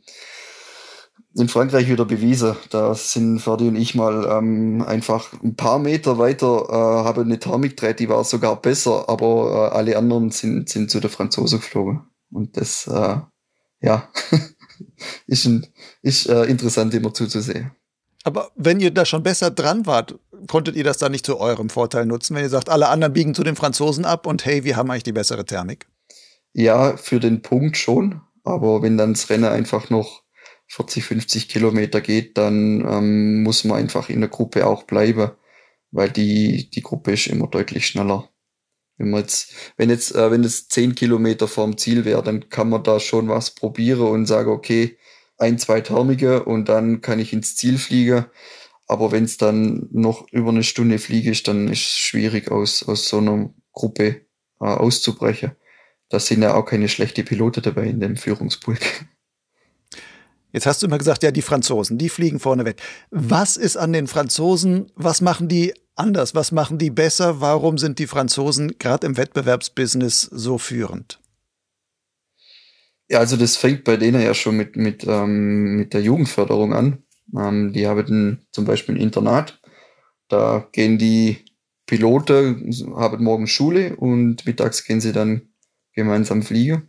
in Frankreich wieder bewiesen. Da sind Ferdi und ich mal ähm, einfach ein paar Meter weiter, äh, haben eine Thermik gedreht, die war sogar besser, aber äh, alle anderen sind, sind zu der Franzosen geflogen. Und das, äh, ja... ist, ein, ist äh, interessant, immer zuzusehen. Aber wenn ihr da schon besser dran wart, konntet ihr das dann nicht zu eurem Vorteil nutzen, wenn ihr sagt, alle anderen biegen zu den Franzosen ab und hey, wir haben eigentlich die bessere Thermik? Ja, für den Punkt schon. Aber wenn dann das Rennen einfach noch vierzig, fünfzig Kilometer geht, dann ähm, muss man einfach in der Gruppe auch bleiben, weil die, die Gruppe ist immer deutlich schneller. Wenn man jetzt, wenn jetzt, äh, wenn es zehn Kilometer vorm Ziel wäre, dann kann man da schon was probieren und sagen, okay, ein, zwei Thermike und dann kann ich ins Ziel fliegen. Aber wenn es dann noch über eine Stunde fliege ist, dann ist es schwierig, aus, aus so einer Gruppe äh, auszubrechen. Da sind ja auch keine schlechten Piloten dabei in dem Führungspulk. Jetzt hast du immer gesagt, ja, die Franzosen, die fliegen vorne weg. Was ist an den Franzosen, was machen die anders? Was machen die besser? Warum sind die Franzosen gerade im Wettbewerbsbusiness so führend? Ja, also das fängt bei denen ja schon mit, mit, ähm, mit der Jugendförderung an. Ähm, die haben zum Beispiel ein Internat. Da gehen die Piloten, haben morgens Schule und mittags gehen sie dann gemeinsam fliegen.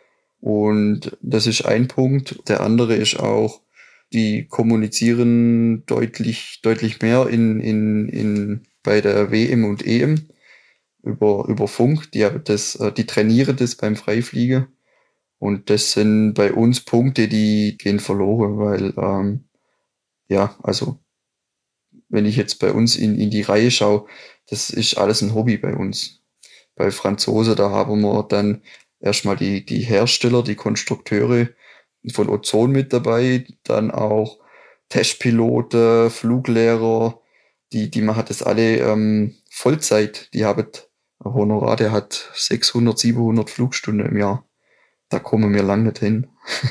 Und das ist ein Punkt. Der andere ist auch, die kommunizieren deutlich, deutlich mehr in, in, in, bei der W M und E M über, über Funk. Die, haben das, die trainieren das beim Freifliegen. Und das sind bei uns Punkte, die gehen verloren, weil ähm, ja, also wenn ich jetzt bei uns in, in die Reihe schaue, das ist alles ein Hobby bei uns. Bei Franzose, da haben wir dann erstmal die, die Hersteller, die Konstrukteure von Ozon mit dabei, dann auch Testpilote, Fluglehrer, die, die machen das alle ähm, Vollzeit. Die haben ein Honorar, der hat sechshundert, siebenhundert Flugstunden im Jahr. Da kommen wir lang nicht hin.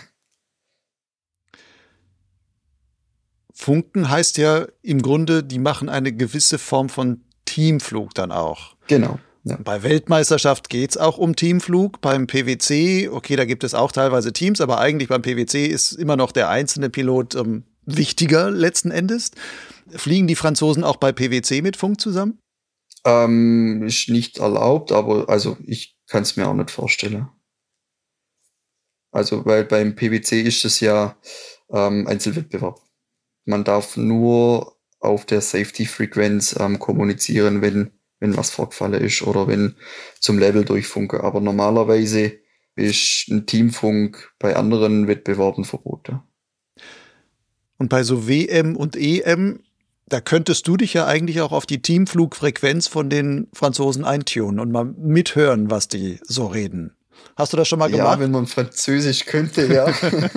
Funken heißt ja im Grunde, die machen eine gewisse Form von Teamflug dann auch. Genau. Ja. Bei Weltmeisterschaft geht es auch um Teamflug. Beim P W C, okay, da gibt es auch teilweise Teams, aber eigentlich beim P W C ist immer noch der einzelne Pilot ähm, wichtiger letzten Endes. Fliegen die Franzosen auch bei P W C mit Funk zusammen? Ähm, ist nicht erlaubt, aber also ich kann es mir auch nicht vorstellen. Also weil beim P W C ist es ja ähm, Einzelwettbewerb. Man darf nur auf der Safety-Frequenz ähm, kommunizieren, wenn, wenn was vorgefallen ist oder wenn zum Level durchfunken. Aber normalerweise ist ein Teamfunk bei anderen Wettbewerben verboten. Und bei so W M und E M, da könntest du dich ja eigentlich auch auf die Teamflugfrequenz von den Franzosen eintunen und mal mithören, was die so reden. Hast du das schon mal gemacht? Ja, wenn man Französisch könnte, ja.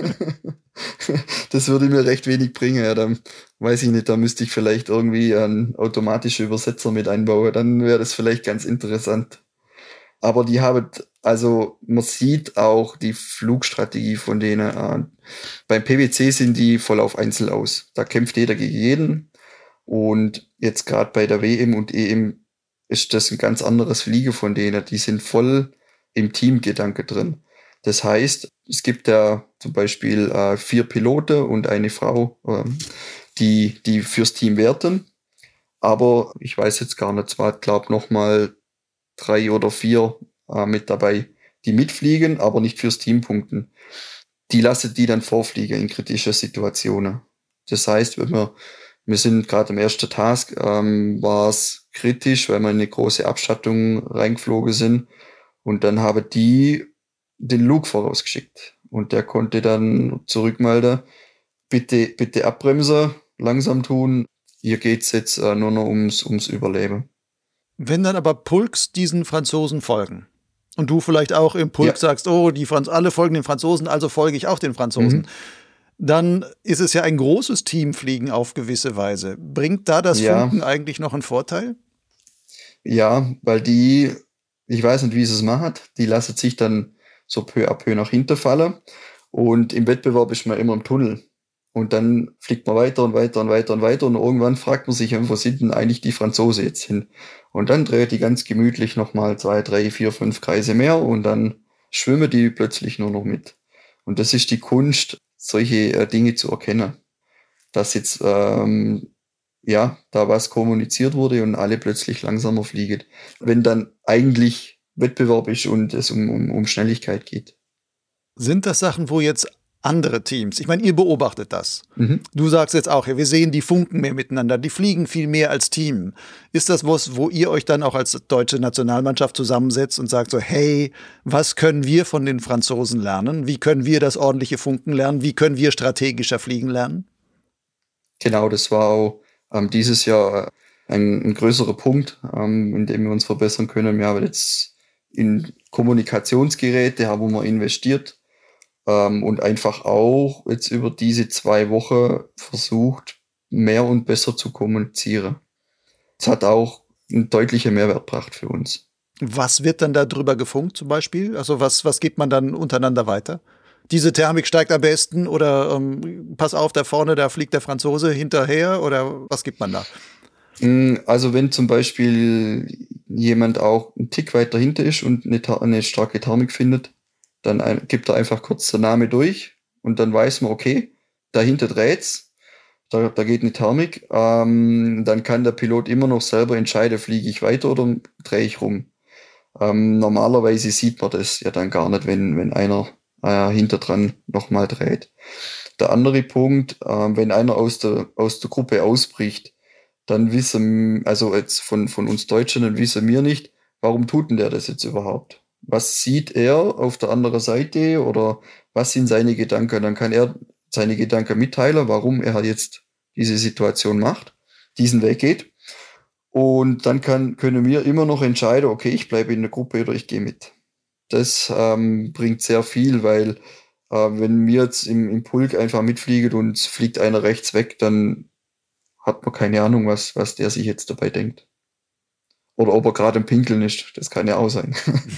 Das würde mir recht wenig bringen. Ja, dann weiß ich nicht, da müsste ich vielleicht irgendwie einen automatischen Übersetzer mit einbauen. Dann wäre das vielleicht ganz interessant. Aber die haben, also man sieht auch die Flugstrategie von denen. Äh, beim P W C sind die voll auf Einzel aus. Da kämpft jeder gegen jeden. Und jetzt gerade bei der W M und E M ist das ein ganz anderes Fliegen von denen. Die sind voll im Teamgedanke drin. Das heißt, es gibt ja zum Beispiel äh, vier Piloten und eine Frau, äh, die, die fürs Team werten. Aber ich weiß jetzt gar nicht, es war, glaube ich, noch mal drei oder vier äh, mit dabei, die mitfliegen, aber nicht fürs Team punkten. Die lassen die dann vorfliegen in kritischen Situationen. Das heißt, wenn wir, wir sind gerade im ersten Task, ähm, war es kritisch, weil wir in eine große Abschattung reingeflogen sind. Und dann haben die den Luke vorausgeschickt. Und der konnte dann zurückmelden, bitte, bitte abbremsen, langsam tun, hier geht's jetzt äh, nur noch ums, ums Überleben. Wenn dann aber Pulks diesen Franzosen folgen und du vielleicht auch im Pulk ja. sagst, oh, die Franz- alle folgen den Franzosen, also folge ich auch den Franzosen, mhm. dann ist es ja ein großes Teamfliegen auf gewisse Weise. Bringt da das ja. Funken eigentlich noch einen Vorteil? Ja, weil die, ich weiß nicht, wie sie es machen, die lassen sich dann so peu à peu nach hinten fallen und im Wettbewerb ist man immer im Tunnel. Und dann fliegt man weiter und weiter und weiter und weiter und irgendwann fragt man sich, wo sind denn eigentlich die Franzosen jetzt hin? Und dann dreht die ganz gemütlich nochmal zwei, drei, vier, fünf Kreise mehr und dann schwimmen die plötzlich nur noch mit. Und das ist die Kunst, solche äh, Dinge zu erkennen. Dass jetzt, ähm, ja, da was kommuniziert wurde und alle plötzlich langsamer fliegen. Wenn dann eigentlich Wettbewerb ist und es um, um, um Schnelligkeit geht. Sind das Sachen, wo jetzt andere Teams, ich meine, ihr beobachtet das. Mhm. Du sagst jetzt auch, ja, wir sehen, die funken mehr miteinander, die fliegen viel mehr als Team. Ist das was, wo ihr euch dann auch als deutsche Nationalmannschaft zusammensetzt und sagt so, hey, was können wir von den Franzosen lernen? Wie können wir das ordentliche Funken lernen? Wie können wir strategischer fliegen lernen? Genau, das war auch ähm, dieses Jahr ein, ein größerer Punkt, ähm, in dem wir uns verbessern können. Wir haben jetzt in Kommunikationsgeräte haben wir investiert ähm, und einfach auch jetzt über diese zwei Wochen versucht, mehr und besser zu kommunizieren. Das hat auch einen deutlichen Mehrwert gebracht für uns. Was wird dann darüber gefunkt zum Beispiel? Also was, was gibt man dann untereinander weiter? Diese Thermik steigt am besten oder ähm, pass auf, da vorne, da fliegt der Franzose hinterher oder was gibt man da? Also wenn zum Beispiel jemand auch einen Tick weiter hinter ist und eine, eine starke Thermik findet, dann ein, gibt er einfach kurz den Namen durch und dann weiß man, okay, dahinter dreht's, da, da geht eine Thermik, ähm, dann kann der Pilot immer noch selber entscheiden, fliege ich weiter oder drehe ich rum. Ähm, normalerweise sieht man das ja dann gar nicht, wenn, wenn einer äh, hinter dran nochmal dreht. Der andere Punkt, äh, wenn einer aus der, aus der Gruppe ausbricht, dann wissen, also jetzt von, von uns Deutschen, dann wissen wir nicht, warum tut denn der das jetzt überhaupt? Was sieht er auf der anderen Seite oder was sind seine Gedanken? Dann kann er seine Gedanken mitteilen, warum er jetzt diese Situation macht, diesen Weg geht. Und dann kann, können wir immer noch entscheiden, okay, ich bleibe in der Gruppe oder ich gehe mit. Das ähm, bringt sehr viel, weil äh, wenn wir jetzt im, im Pulk einfach mitfliegen und es fliegt einer rechts weg, dann hat man keine Ahnung, was, was der sich jetzt dabei denkt. Oder ob er gerade im Pinkeln ist, das kann ja auch sein.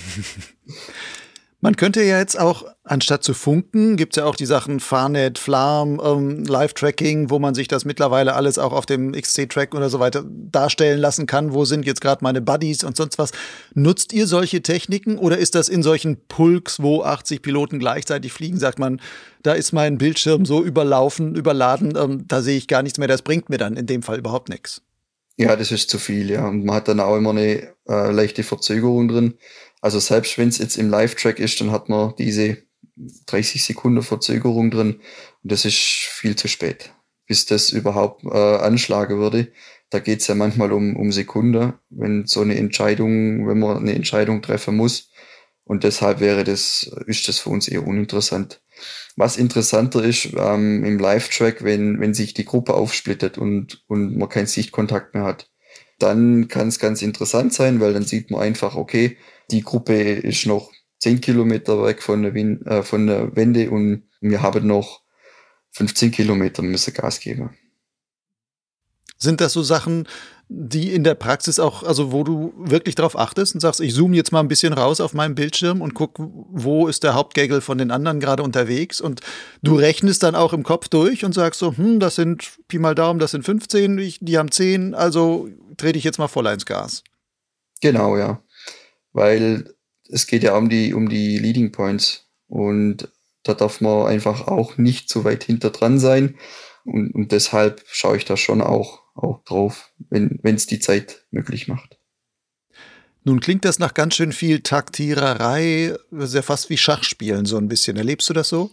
Man könnte ja jetzt auch, anstatt zu funken, gibt es ja auch die Sachen Farnet, Flarm, ähm, Live-Tracking, wo man sich das mittlerweile alles auch auf dem X C-Track oder so weiter darstellen lassen kann. Wo sind jetzt gerade meine Buddies und sonst was? Nutzt ihr solche Techniken oder ist das in solchen Pulks, wo achtzig Piloten gleichzeitig fliegen, sagt man, da ist mein Bildschirm so überlaufen, überladen, ähm, da sehe ich gar nichts mehr, das bringt mir dann in dem Fall überhaupt nichts. Ja, das ist zu viel, ja. Und man hat dann auch immer eine äh, leichte Verzögerung drin. Also selbst wenn es jetzt im Live-Track ist, dann hat man diese dreißig Sekunden Verzögerung drin. Und das ist viel zu spät, bis das überhaupt äh, anschlagen würde. Da geht's ja manchmal um, um Sekunden, wenn so eine Entscheidung, wenn man eine Entscheidung treffen muss. Und deshalb wäre das, ist das für uns eher uninteressant. Was interessanter ist ähm, im Live-Track, wenn, wenn sich die Gruppe aufsplittet und, und man keinen Sichtkontakt mehr hat. Dann kann es ganz interessant sein, weil dann sieht man einfach, okay, die Gruppe ist noch zehn Kilometer weg von der, Win- äh, von der Wende und wir haben noch fünfzehn Kilometer, müssen Gas geben. Sind das so Sachen, die in der Praxis auch, also wo du wirklich drauf achtest und sagst, ich zoome jetzt mal ein bisschen raus auf meinem Bildschirm und guck, wo ist der Hauptgaggle von den anderen gerade unterwegs und du rechnest dann auch im Kopf durch und sagst so, hm, das sind Pi mal Daumen, das sind fünfzehn, ich, die haben zehn, also trete ich jetzt mal voll ins Gas. Genau, ja. Weil es geht ja um die, um die Leading Points und da darf man einfach auch nicht so weit hinter dran sein und, und deshalb schaue ich da schon auch, auch drauf, wenn es die Zeit möglich macht. Nun klingt das nach ganz schön viel Taktiererei, das ist ja fast wie Schachspielen so ein bisschen. Erlebst du das so?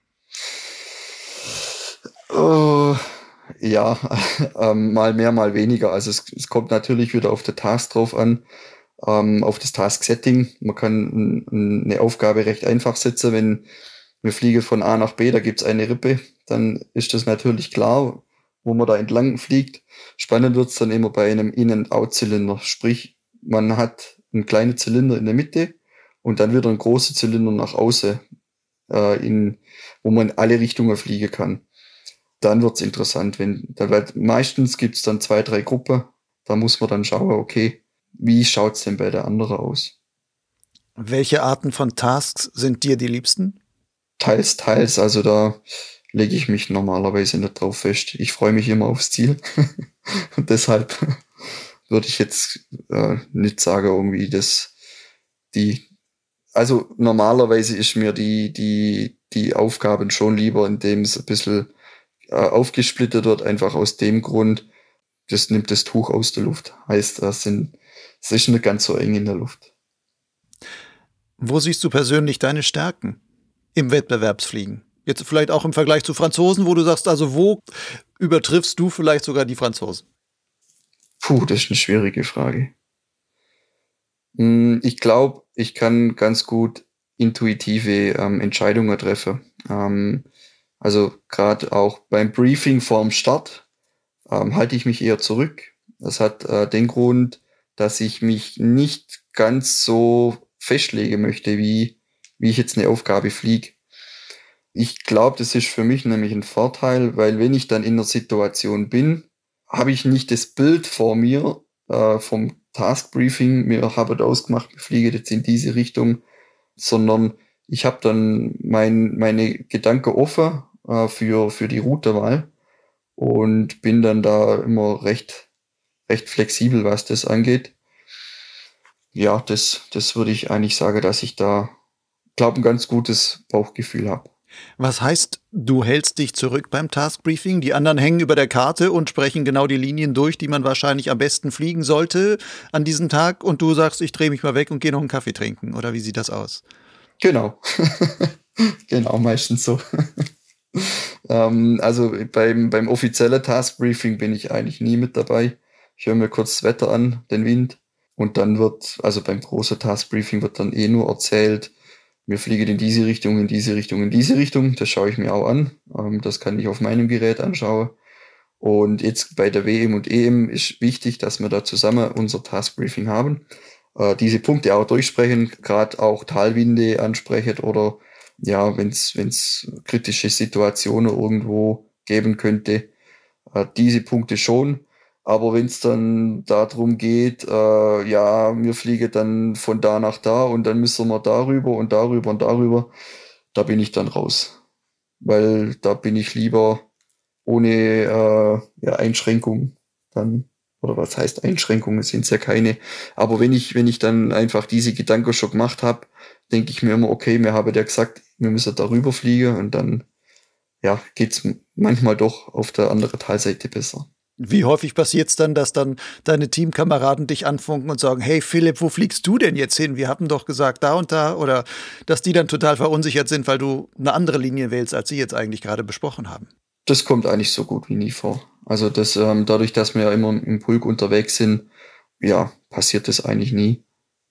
Uh, ja, ähm, mal mehr, mal weniger. Also es, es kommt natürlich wieder auf den Task drauf an. Ähm, auf das Task-Setting. Man kann n- eine Aufgabe recht einfach setzen. Wenn wir fliegen von A nach B, da gibt's eine Rippe, dann ist das natürlich klar, wo man da entlang fliegt. Spannend wird's dann immer bei einem In-and-Out-Zylinder. Sprich, man hat einen kleinen Zylinder in der Mitte und dann wieder einen großen Zylinder nach außen, äh, in, wo man in alle Richtungen fliegen kann. Dann wird's interessant, wenn, da, weil meistens gibt's dann zwei, drei Gruppen. Da muss man dann schauen, okay, wie schaut's denn bei der anderen aus? Welche Arten von Tasks sind dir die liebsten? Teils, teils. Also da lege ich mich normalerweise nicht drauf fest. Ich freue mich immer aufs Ziel. Und deshalb würde ich jetzt äh, nicht sagen, irgendwie, dass die, also normalerweise ist mir die, die, die Aufgaben schon lieber, indem es ein bisschen äh, aufgesplittet wird, einfach aus dem Grund, das nimmt das Tuch aus der Luft. Heißt, das sind Es ist nicht ganz so eng in der Luft. Wo siehst du persönlich deine Stärken im Wettbewerbsfliegen? Jetzt vielleicht auch im Vergleich zu Franzosen, wo du sagst, also wo übertriffst du vielleicht sogar die Franzosen? Puh, das ist eine schwierige Frage. Ich glaube, ich kann ganz gut intuitive ähm, Entscheidungen treffen. Ähm, also gerade auch beim Briefing vorm Start ähm, halte ich mich eher zurück. Das hat äh, den Grund, dass ich mich nicht ganz so festlegen möchte, wie, wie ich jetzt eine Aufgabe fliege. Ich glaube, das ist für mich nämlich ein Vorteil, weil wenn ich dann in der Situation bin, habe ich nicht das Bild vor mir äh, vom Task-Briefing, wir haben ausgemacht, wir fliegen jetzt in diese Richtung, sondern ich habe dann mein, meine Gedanken offen äh, für, für die Routewahl und bin dann da immer recht recht flexibel, was das angeht. Ja, das, das würde ich eigentlich sagen, dass ich da, glaube ein ganz gutes Bauchgefühl habe. Was heißt, du hältst dich zurück beim Taskbriefing? Die anderen hängen über der Karte und sprechen genau die Linien durch, die man wahrscheinlich am besten fliegen sollte an diesem Tag und du sagst, ich drehe mich mal weg und gehe noch einen Kaffee trinken. Oder wie sieht das aus? Genau. Genau, meistens so. ähm, also beim, beim offiziellen Taskbriefing bin ich eigentlich nie mit dabei. Ich höre mir kurz das Wetter an, den Wind. Und dann wird, also beim großen Taskbriefing wird dann eh nur erzählt, wir fliegen in diese Richtung, in diese Richtung, in diese Richtung. Das schaue ich mir auch an. Ähm, das kann ich auf meinem Gerät anschauen. Und jetzt bei der W M und E M ist wichtig, dass wir da zusammen unser Taskbriefing haben, äh, diese Punkte auch durchsprechen, gerade auch Talwinde ansprechen oder ja, wenn es wenn es kritische Situationen irgendwo geben könnte, äh, diese Punkte schon. Aber wenn es dann darum geht, äh, ja, wir fliegen dann von da nach da und dann müssen wir darüber und darüber und darüber, da bin ich dann raus. Weil da bin ich lieber ohne äh, ja, Einschränkung dann, oder was heißt Einschränkungen, sind es ja keine. Aber wenn ich, wenn ich dann einfach diese Gedanken schon gemacht habe, denke ich mir immer, okay, mir habe der gesagt, wir müssen darüber fliegen und dann ja, geht's manchmal doch auf der anderen Talseite besser. Wie häufig passiert es dann, dass dann deine Teamkameraden dich anfunken und sagen, hey Philipp, wo fliegst du denn jetzt hin? Wir hatten doch gesagt da und da. Oder dass die dann total verunsichert sind, weil du eine andere Linie wählst, als sie jetzt eigentlich gerade besprochen haben. Das kommt eigentlich so gut wie nie vor. Also das, ähm, dadurch, dass wir ja immer im Pulk unterwegs sind, ja, passiert das eigentlich nie.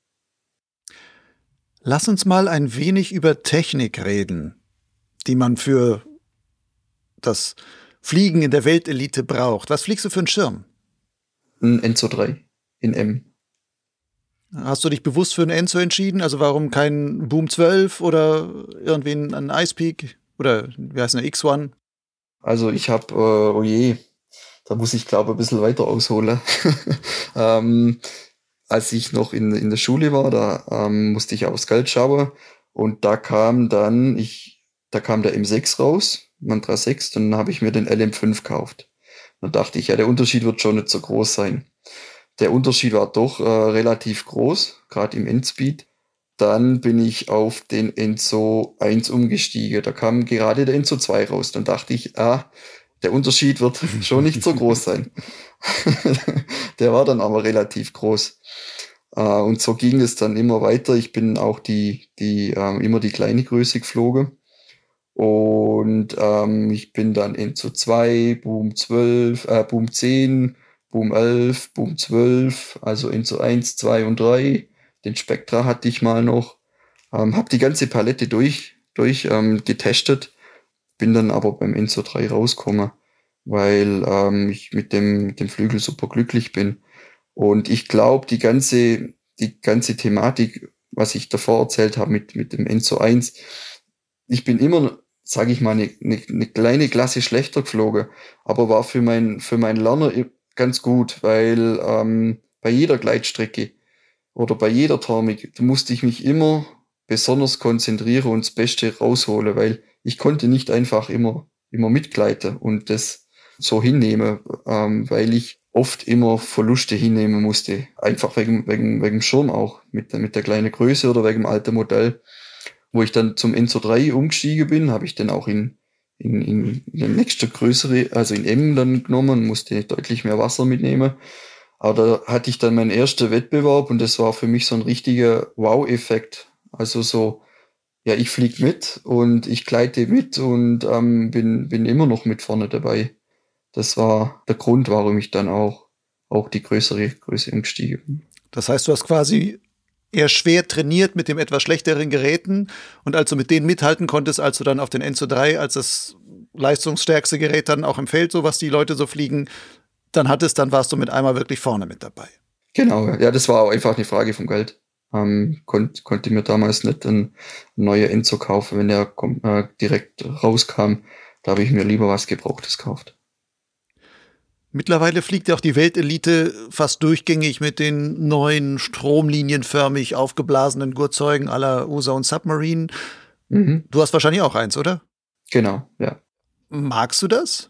Lass uns mal ein wenig über Technik reden, die man für das Fliegen in der Weltelite braucht. Was fliegst du für einen Schirm? Ein Enzo drei in M. Hast du dich bewusst für einen Enzo entschieden? Also warum kein Boom zwölf oder irgendwie ein Icepeak oder wie heißt der X eins? Also ich habe, äh, oh je, da muss ich glaube ein bisschen weiter ausholen. ähm, als ich noch in, in der Schule war, da ähm, musste ich aufs Geld schauen und da kam dann, ich, da kam der M sechs raus, Mantra sechs, dann habe ich mir den L M fünf gekauft. Dann dachte ich, ja, der Unterschied wird schon nicht so groß sein. Der Unterschied war doch äh, relativ groß, gerade im Endspeed. Dann bin ich auf den Enzo eins umgestiegen. Da kam gerade der Enzo zwei raus. Dann dachte ich, ah, der Unterschied wird schon nicht so groß sein. Der war dann aber relativ groß. Äh, und so ging es dann immer weiter. Ich bin auch die, die ähm, immer die kleine Größe geflogen. Und ähm, ich bin dann Enzo zwei, Boom zwölf, äh, Boom zehn, Boom elf, Boom zwölf, also Enzo eins, zwei und drei. Den Spectra hatte ich mal noch. Ähm, hab die ganze Palette durch, durch ähm, getestet. Bin dann aber beim Enzo drei rausgekommen, weil ähm, ich mit dem, mit dem Flügel super glücklich bin. Und ich glaube, die ganze, die ganze Thematik, was ich davor erzählt habe mit, mit dem Enzo eins, ich bin immer, sage ich mal, eine, eine, eine kleine Klasse schlechter geflogen, aber war für mein, für meinen Lerner ganz gut, weil ähm, bei jeder Gleitstrecke oder bei jeder Thermik, da musste ich mich immer besonders konzentrieren und das Beste rausholen, weil ich konnte nicht einfach immer, immer mitgleiten und das so hinnehmen, ähm, weil ich oft immer Verluste hinnehmen musste. Einfach wegen, wegen, wegen dem Schirm auch, mit, mit der kleinen Größe oder wegen dem alten Modell. Wo ich dann zum Enzo drei umgestiegen bin, habe ich dann auch in, in, in eine nächste größere, also in M dann genommen, musste deutlich mehr Wasser mitnehmen. Aber da hatte ich dann meinen ersten Wettbewerb und das war für mich so ein richtiger Wow-Effekt. Also so, ja, ich fliege mit und ich gleite mit und ähm, bin, bin immer noch mit vorne dabei. Das war der Grund, warum ich dann auch, auch die größere Größe umgestiegen bin. Das heißt, du hast quasi eher schwer trainiert mit dem etwas schlechteren Geräten und als du mit denen mithalten konntest, als du dann auf den Enzo drei als das leistungsstärkste Gerät dann auch im Feld, so was die Leute so fliegen, dann hattest, dann warst du mit einmal wirklich vorne mit dabei. Genau, ja, das war auch einfach eine Frage vom Geld. Ähm, konnt, konnte mir damals nicht ein neuer Enzo kaufen, wenn der äh, direkt rauskam. Da habe ich mir lieber was Gebrauchtes gekauft. Mittlerweile fliegt ja auch die Weltelite fast durchgängig mit den neuen stromlinienförmig aufgeblasenen Gurtzeugen à la U S A und Submarine. Mhm. Du hast wahrscheinlich auch eins, oder? Genau, ja. Magst du das?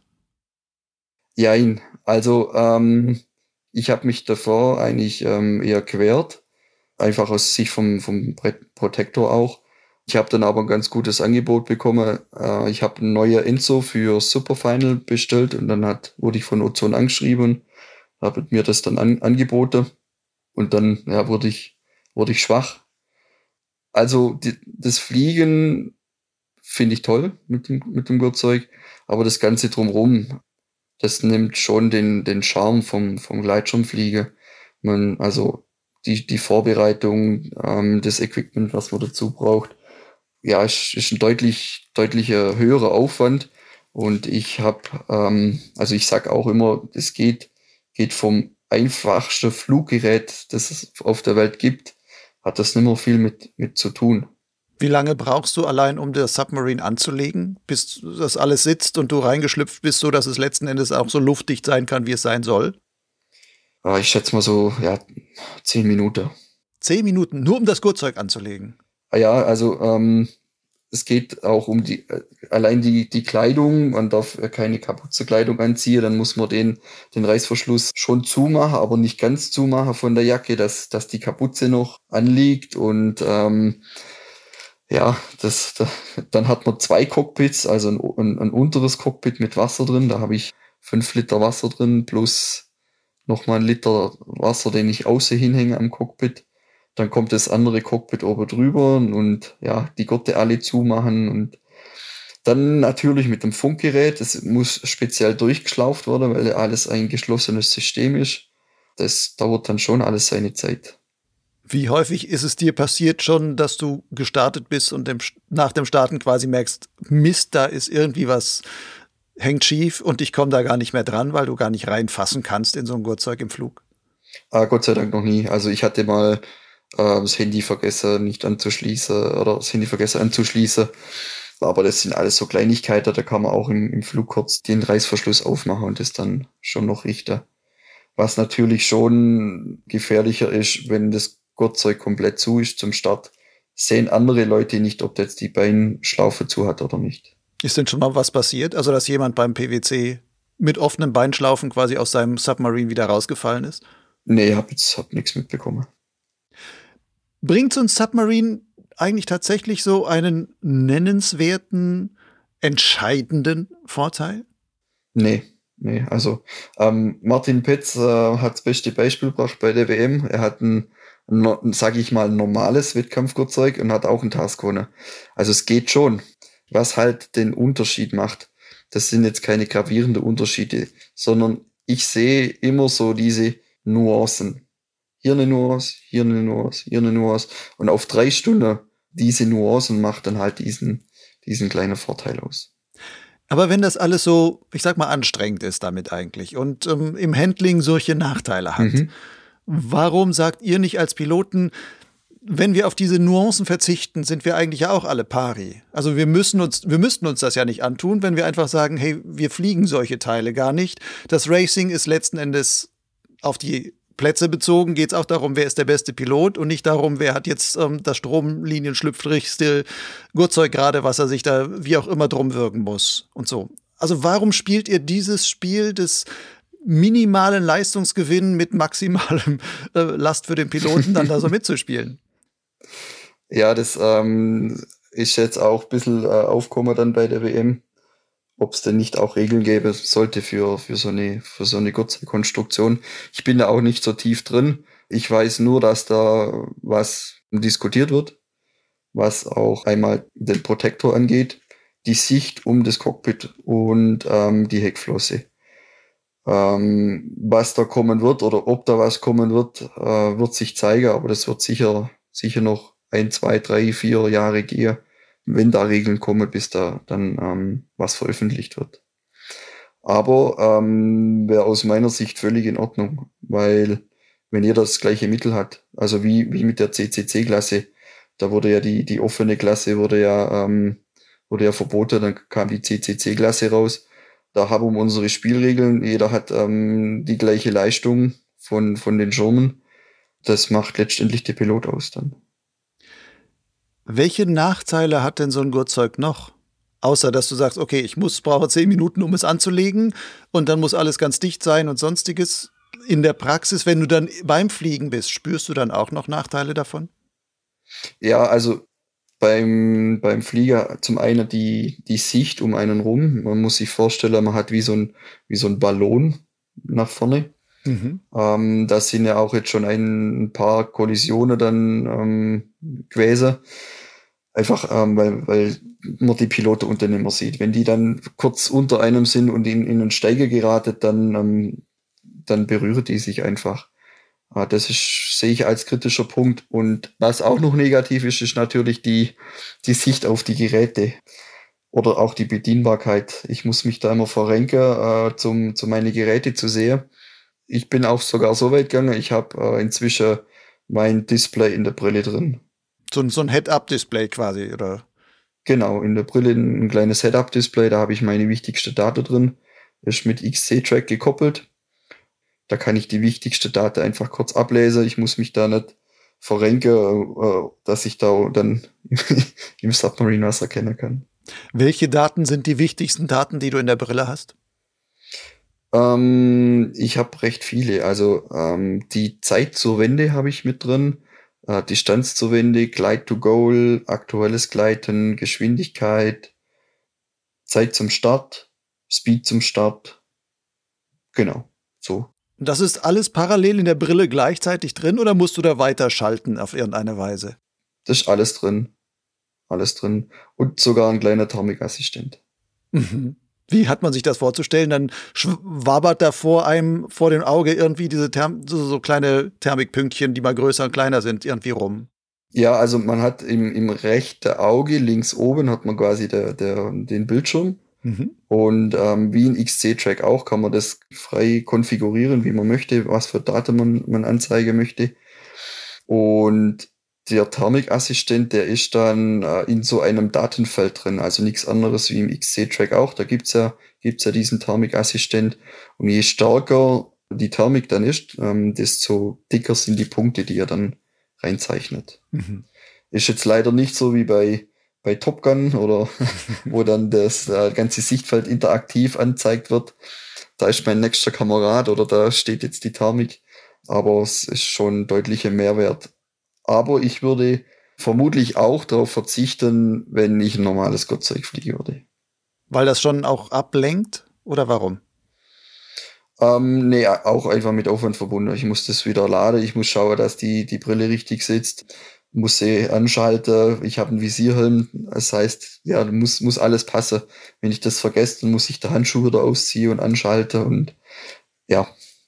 Jein, also ähm, ich habe mich davor eigentlich ähm, eher gewehrt, einfach aus Sicht vom, vom Protektor auch. Ich habe dann aber ein ganz gutes Angebot bekommen. Äh, ich habe ein neuer Enzo für Superfinal bestellt und dann hat, wurde ich von Ozon angeschrieben, habe mir das dann an, angeboten und dann ja, wurde ich, wurde ich schwach. Also die, das Fliegen finde ich toll mit dem, mit dem Gurtzeug, aber das Ganze drumherum, das nimmt schon den, den Charme vom, vom Gleitschirmfliegen. Man, also die, die Vorbereitung, ähm, das Equipment, was man dazu braucht, ja, ist, ist ein deutlich, deutlicher höherer Aufwand. Und ich habe, ähm, also ich sag auch immer, das geht, geht vom einfachsten Fluggerät, das es auf der Welt gibt, hat das nicht mehr viel mit, mit zu tun. Wie lange brauchst du allein, um das Submarine anzulegen, bis das alles sitzt und du reingeschlüpft bist, so dass es letzten Endes auch so luftdicht sein kann, wie es sein soll? Äh, ich schätze mal so, ja, zehn Minuten. Zehn Minuten, nur um das Gurtzeug anzulegen? Ah ja, also ähm, es geht auch um die, äh, allein die, die Kleidung. Man darf äh, keine kaputte Kleidung anziehen, dann muss man den, den Reißverschluss schon zumachen, aber nicht ganz zumachen von der Jacke, dass, dass die Kapuze noch anliegt. Und ähm, ja, das, da, dann hat man zwei Cockpits, also ein, ein, ein unteres Cockpit mit Wasser drin, da habe ich fünf Liter Wasser drin, plus nochmal ein Liter Wasser, den ich außen hinhänge am Cockpit. Dann kommt das andere Cockpit oben drüber und ja, die Gurte alle zumachen und dann natürlich mit dem Funkgerät. Das muss speziell durchgeschlauft werden, weil alles ein geschlossenes System ist. Das dauert dann schon alles seine Zeit. Wie häufig ist es dir passiert schon, dass du gestartet bist und dem, nach dem Starten quasi merkst, Mist, da ist irgendwie was, hängt schief und ich komme da gar nicht mehr dran, weil du gar nicht reinfassen kannst in so ein Gurtzeug im Flug? Ah, Gott sei Dank noch nie. Also ich hatte mal äh, das Handy vergessen, nicht anzuschließen oder das Handy vergessen anzuschließen. Aber das sind alles so Kleinigkeiten, da kann man auch im, im Flug kurz den Reißverschluss aufmachen und das dann schon noch richten. Was natürlich schon gefährlicher ist, wenn das Gurtzeug komplett zu ist zum Start, sehen andere Leute nicht, ob jetzt die Beinschlaufe zu hat oder nicht. Ist denn schon mal was passiert? Also, dass jemand beim P W C mit offenen Beinschlaufen quasi aus seinem Submarine wieder rausgefallen ist? Nee, ich hab jetzt hab nichts mitbekommen. Bringt so ein Submarine eigentlich tatsächlich so einen nennenswerten, entscheidenden Vorteil? Nee, nee, also ähm, Martin Petz äh, hat das beste Beispiel gebracht bei der W M. Er hat ein, ein sage ich mal, ein normales Wettkampfgurtzeug und hat auch einen Taskone. Also es geht schon. Was halt den Unterschied macht, das sind jetzt keine gravierenden Unterschiede, sondern ich sehe immer so diese Nuancen. Hier eine Nuance, hier eine Nuance, hier eine Nuance. Und auf drei Stunden diese Nuancen macht dann halt diesen, diesen kleinen Vorteil aus. Aber wenn das alles so, ich sag mal, anstrengend ist damit eigentlich und ähm, im Handling solche Nachteile hat, Mhm. warum sagt ihr nicht als Piloten, wenn wir auf diese Nuancen verzichten, sind wir eigentlich ja auch alle pari? Also wir müssen uns, wir müssten uns das ja nicht antun, wenn wir einfach sagen, hey, wir fliegen solche Teile gar nicht. Das Racing ist letzten Endes auf die Plätze bezogen, geht es auch darum, wer ist der beste Pilot und nicht darum, wer hat jetzt ähm, das stromlinienschlüpfrigste Gurtzeug gerade, was er sich da wie auch immer drum wirken muss und so. Also warum spielt ihr dieses Spiel des minimalen Leistungsgewinn mit maximalem äh, Last für den Piloten dann da so mitzuspielen? Ja, das ähm, ist jetzt auch ein bisschen äh, aufgekommen dann bei der W M, ob es denn nicht auch Regeln gäbe sollte für, für so eine, für so eine Gurtzeugkonstruktion. Ich bin da auch nicht so tief drin. Ich weiß nur, dass da was diskutiert wird, was auch einmal den Protektor angeht, die Sicht um das Cockpit und ähm, die Heckflosse. Ähm, was da kommen wird oder ob da was kommen wird, äh, wird sich zeigen, aber das wird sicher, sicher noch ein, zwei, drei, vier Jahre gehen, wenn da Regeln kommen, bis da dann ähm, was veröffentlicht wird. Aber ähm, wäre aus meiner Sicht völlig in Ordnung, weil wenn jeder das gleiche Mittel hat, also wie, wie mit der C C C-Klasse, da wurde ja die, die offene Klasse wurde ja, ähm, wurde ja verboten, dann kam die C C C-Klasse raus. Da haben wir unsere Spielregeln, jeder hat ähm, die gleiche Leistung von, von den Schirmen. Das macht letztendlich der Pilot aus dann. Welche Nachteile hat denn so ein Gurtzeug noch? Außer, dass du sagst, okay, ich muss, brauche zehn Minuten, um es anzulegen und dann muss alles ganz dicht sein und sonstiges. In der Praxis, wenn du dann beim Fliegen bist, spürst du dann auch noch Nachteile davon? Ja, also beim, beim Flieger zum einen die, die Sicht um einen rum. Man muss sich vorstellen, man hat wie so ein, wie so ein Ballon nach vorne. Mhm. Ähm, da sind ja auch jetzt schon ein paar Kollisionen dann ähm, gewesen. Einfach, ähm, weil, weil man die Piloten unten nicht mehr sieht. Wenn die dann kurz unter einem sind und in, in einen Steiger geraten, dann, ähm, dann berühren die sich einfach. Äh, das ist, sehe ich als kritischer Punkt. Und was auch noch negativ ist, ist natürlich die, die Sicht auf die Geräte. Oder auch die Bedienbarkeit. Ich muss mich da immer verrenken, äh, zum, zu meine Geräte zu sehen. Ich bin auch sogar so weit gegangen, ich habe äh, inzwischen mein Display in der Brille drin. So, so ein Head-Up-Display quasi, oder? Genau, in der Brille ein kleines Head-Up-Display, da habe ich meine wichtigste Daten drin. Ist mit X C-Track gekoppelt. Da kann ich die wichtigste Daten einfach kurz ablesen. Ich muss mich da nicht verrenken, äh, dass ich da dann im Submarine was erkennen kann. Welche Daten sind die wichtigsten Daten, die du in der Brille hast? Ähm, ich habe recht viele. Also ähm, die Zeit zur Wende habe ich mit drin, äh, Distanz zur Wende, Glide to Goal, aktuelles Gleiten, Geschwindigkeit, Zeit zum Start, Speed zum Start. Genau, so. Das ist alles parallel in der Brille gleichzeitig drin oder musst du da weiter schalten auf irgendeine Weise? Das ist alles drin. Alles drin. Und sogar ein kleiner Thermikassistent. Mhm. Wie hat man sich das vorzustellen? Dann wabert da vor einem, vor dem Auge irgendwie diese Therm so, so kleine Thermikpünktchen, die mal größer und kleiner sind, irgendwie rum. Ja, also man hat im, im rechten Auge, links oben, hat man quasi der, der, den Bildschirm. Mhm. Und ähm, wie ein X C-Track auch, kann man das frei konfigurieren, wie man möchte, was für Daten man, man anzeigen möchte. Und der Thermikassistent, der ist dann äh, in so einem Datenfeld drin, also nichts anderes wie im X C-Track auch. Da gibt's ja, gibt's ja diesen Thermikassistent. Und je stärker die Thermik dann ist, ähm, desto dicker sind die Punkte, die er dann reinzeichnet. Mhm. Ist jetzt leider nicht so wie bei, bei Top Gun oder wo dann das äh, ganze Sichtfeld interaktiv angezeigt wird. Da ist mein nächster Kamerad oder da steht jetzt die Thermik. Aber es ist schon ein deutlicher Mehrwert. Aber ich würde vermutlich auch darauf verzichten, wenn ich ein normales Gurtzeug fliegen würde. Weil das schon auch ablenkt? Oder warum? Ähm, nee, auch einfach mit Aufwand verbunden. Ich muss das wieder laden, ich muss schauen, dass die, die Brille richtig sitzt, muss sie anschalten. Ich habe einen Visierhelm, das heißt, ja, muss, muss alles passen. Wenn ich das vergesse, dann muss ich den Handschuh wieder ausziehen und anschalten und ja,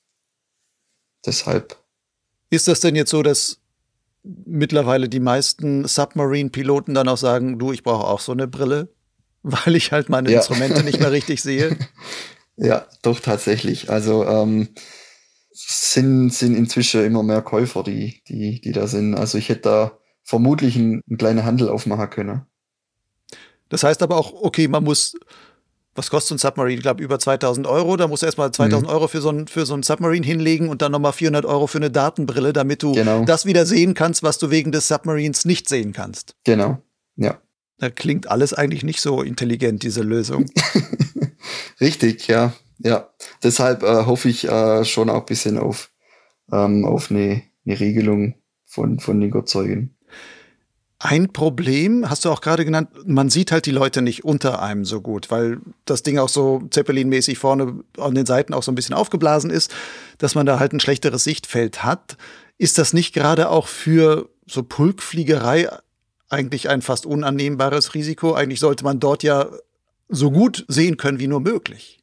deshalb. Ist das denn jetzt so, dass mittlerweile die meisten Submarine-Piloten dann auch sagen, du, ich brauche auch so eine Brille, weil ich halt meine ja. Instrumente nicht mehr richtig sehe? Ja, doch tatsächlich. Also ähm, sind, sind inzwischen immer mehr Käufer, die, die, die da sind. Also ich hätte da vermutlich einen, einen kleinen Handel aufmachen können. Das heißt aber auch, okay, man muss, was kostet ein Submarine? Ich glaube, über zweitausend Euro. Da musst du erstmal zweitausend mhm. Euro für so, ein, für so ein Submarine hinlegen und dann nochmal vierhundert Euro für eine Datenbrille, damit du genau. das wieder sehen kannst, was du wegen des Submarines nicht sehen kannst. Genau, ja. Da klingt alles eigentlich nicht so intelligent, diese Lösung. Richtig, ja. ja. Deshalb äh, hoffe ich äh, schon auch ein bisschen auf, ähm, auf eine, eine Regelung von, von den Gurtzeugen. Ein Problem, hast du auch gerade genannt, man sieht halt die Leute nicht unter einem so gut, weil das Ding auch so Zeppelin-mäßig vorne an den Seiten auch so ein bisschen aufgeblasen ist, dass man da halt ein schlechteres Sichtfeld hat. Ist das nicht gerade auch für so Pulkfliegerei eigentlich ein fast unannehmbares Risiko? Eigentlich sollte man dort ja so gut sehen können wie nur möglich.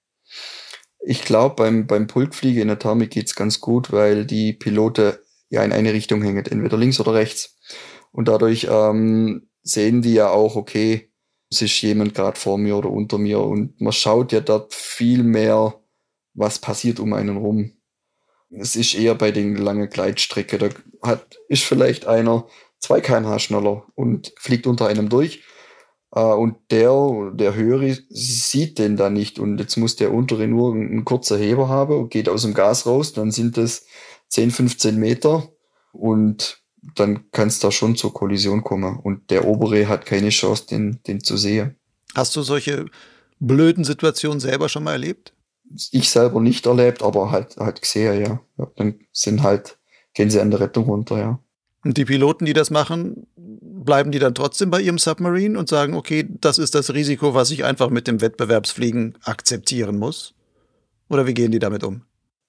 Ich glaube, beim, beim Pulkfliegen in der Thermik geht's ganz gut, weil die Piloten ja in eine Richtung hängen, entweder links oder rechts. Und dadurch ähm, sehen die ja auch, okay, es ist jemand gerade vor mir oder unter mir. Und man schaut ja dort viel mehr, was passiert um einen rum. Es ist eher bei den langen Gleitstrecken. Da hat, ist vielleicht einer zwei Kilometer pro Stunde schneller und fliegt unter einem durch. Uh, und der, der Höhere sieht den da nicht. Und jetzt muss der Untere nur einen, einen kurzen Heber haben und geht aus dem Gas raus. Dann sind das zehn, fünfzehn Meter. Und dann kann es da schon zur Kollision kommen. Und der Obere hat keine Chance, den, den zu sehen. Hast du solche blöden Situationen selber schon mal erlebt? Ich selber nicht erlebt, aber halt, halt gesehen, ja. ja. Dann sind halt, gehen sie an der Rettung runter, ja. Und die Piloten, die das machen, bleiben die dann trotzdem bei ihrem Submarine und sagen, okay, das ist das Risiko, was ich einfach mit dem Wettbewerbsfliegen akzeptieren muss? Oder wie gehen die damit um?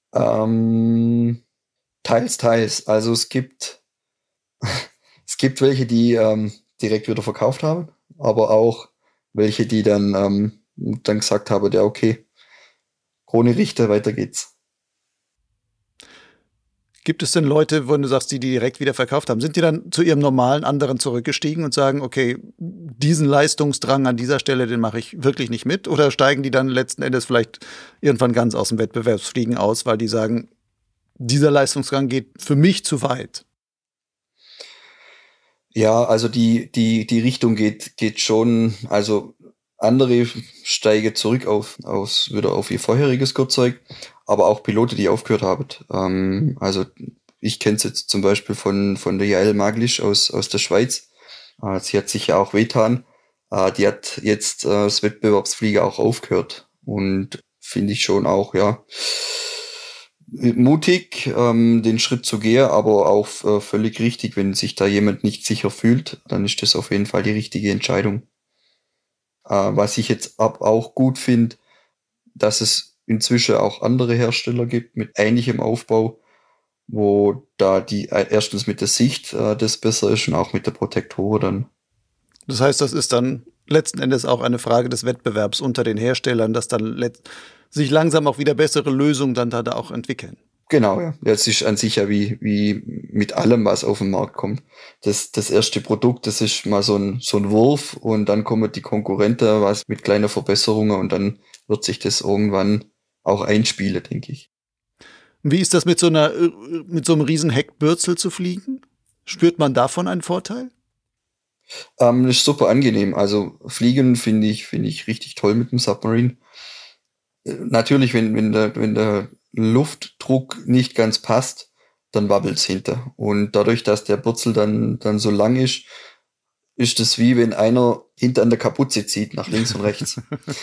Ähm, teils, teils. Also es gibt es gibt welche, die ähm, direkt wieder verkauft haben, aber auch welche, die dann ähm, dann gesagt haben, ja okay, Krone Richter, weiter geht's. Gibt es denn Leute, wo du sagst, die die direkt wieder verkauft haben, sind die dann zu ihrem normalen anderen zurückgestiegen und sagen, okay, diesen Leistungsdrang an dieser Stelle, den mache ich wirklich nicht mit? Oder steigen die dann letzten Endes vielleicht irgendwann ganz aus dem Wettbewerbsfliegen aus, weil die sagen, dieser Leistungsdrang geht für mich zu weit? Ja, also die, die, die Richtung geht, geht schon, also andere steigen zurück auf, aus, wieder auf ihr vorheriges Gurtzeug, aber auch Piloten, die aufgehört haben. Ähm, also ich kenne es jetzt zum Beispiel von, von der Jael Maglisch aus, aus der Schweiz. Äh, sie hat sich ja auch wehtan. Äh, die hat jetzt äh, das Wettbewerbsfliegen auch aufgehört. Und finde ich schon auch, ja, mutig, ähm, den Schritt zu gehen, aber auch äh, völlig richtig. Wenn sich da jemand nicht sicher fühlt, dann ist das auf jeden Fall die richtige Entscheidung. Äh, was ich jetzt ab auch gut finde, dass es inzwischen auch andere Hersteller gibt mit ähnlichem Aufbau, wo da die äh, erstens mit der Sicht äh, das besser ist und auch mit der Protektore dann. Das heißt, das ist dann letzten Endes auch eine Frage des Wettbewerbs unter den Herstellern, dass dann let- sich langsam auch wieder bessere Lösungen dann da, da auch entwickeln. Genau, ja. Das ist an sich ja wie, wie mit allem, was auf den Markt kommt. Das, das erste Produkt, das ist mal so ein, so ein Wurf und dann kommen die Konkurrenten, was mit kleinen Verbesserungen und dann wird sich das irgendwann auch einspielen, denke ich. Wie ist das mit so einer, mit so einem riesen Heckbürzel zu fliegen? Spürt man davon einen Vorteil? Ähm, das ist super angenehm. Also Fliegen finde ich, finde ich richtig toll mit dem Submarine. Äh, Natürlich, wenn, wenn der, wenn der Luftdruck nicht ganz passt, dann wabbelt's hinter. Und dadurch, dass der Bürzel dann, dann so lang ist, ist es wie wenn einer hinter an der Kapuze zieht, nach links und rechts.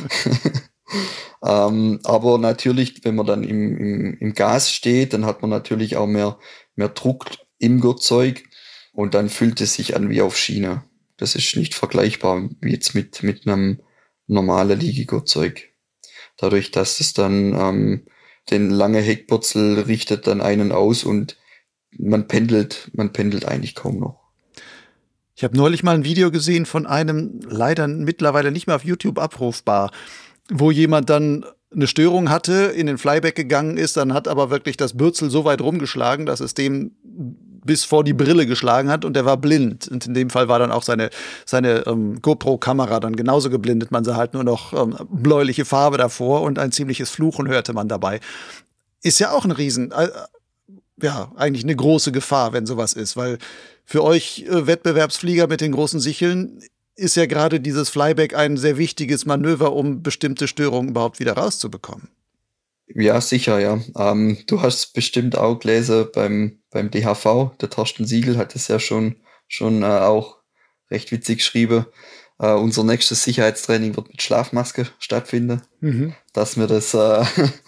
ähm, aber natürlich, wenn man dann im, im, im Gas steht, dann hat man natürlich auch mehr, mehr Druck im Gurtzeug und dann fühlt es sich an wie auf Schiene. Das ist nicht vergleichbar wie jetzt mit, mit einem normalen Liegegurtzeug. Dadurch, dass es dann ähm, den lange Heckbürzel richtet dann einen aus und man pendelt, man pendelt eigentlich kaum noch. Ich habe neulich mal ein Video gesehen von einem, leider mittlerweile nicht mehr auf YouTube abrufbar, wo jemand dann eine Störung hatte, in den Flyback gegangen ist, dann hat aber wirklich das Bürzel so weit rumgeschlagen, dass es dem bis vor die Brille geschlagen hat und der war blind. Und in dem Fall war dann auch seine, seine ähm, GoPro-Kamera dann genauso geblindet. Man sah halt nur noch ähm, bläuliche Farbe davor und ein ziemliches Fluchen hörte man dabei. Ist ja auch ein Riesen, äh, ja, eigentlich eine große Gefahr, wenn sowas ist, weil für euch äh, Wettbewerbsflieger mit den großen Sicheln ist ja gerade dieses Flyback ein sehr wichtiges Manöver, um bestimmte Störungen überhaupt wieder rauszubekommen. Ja, sicher, ja. Ähm, du hast bestimmt auch gelesen beim, beim D H V, der Thorsten Siegel hat es ja schon, schon äh, auch recht witzig geschrieben. Äh, unser nächstes Sicherheitstraining wird mit Schlafmaske stattfinden, Mhm. dass wir das äh,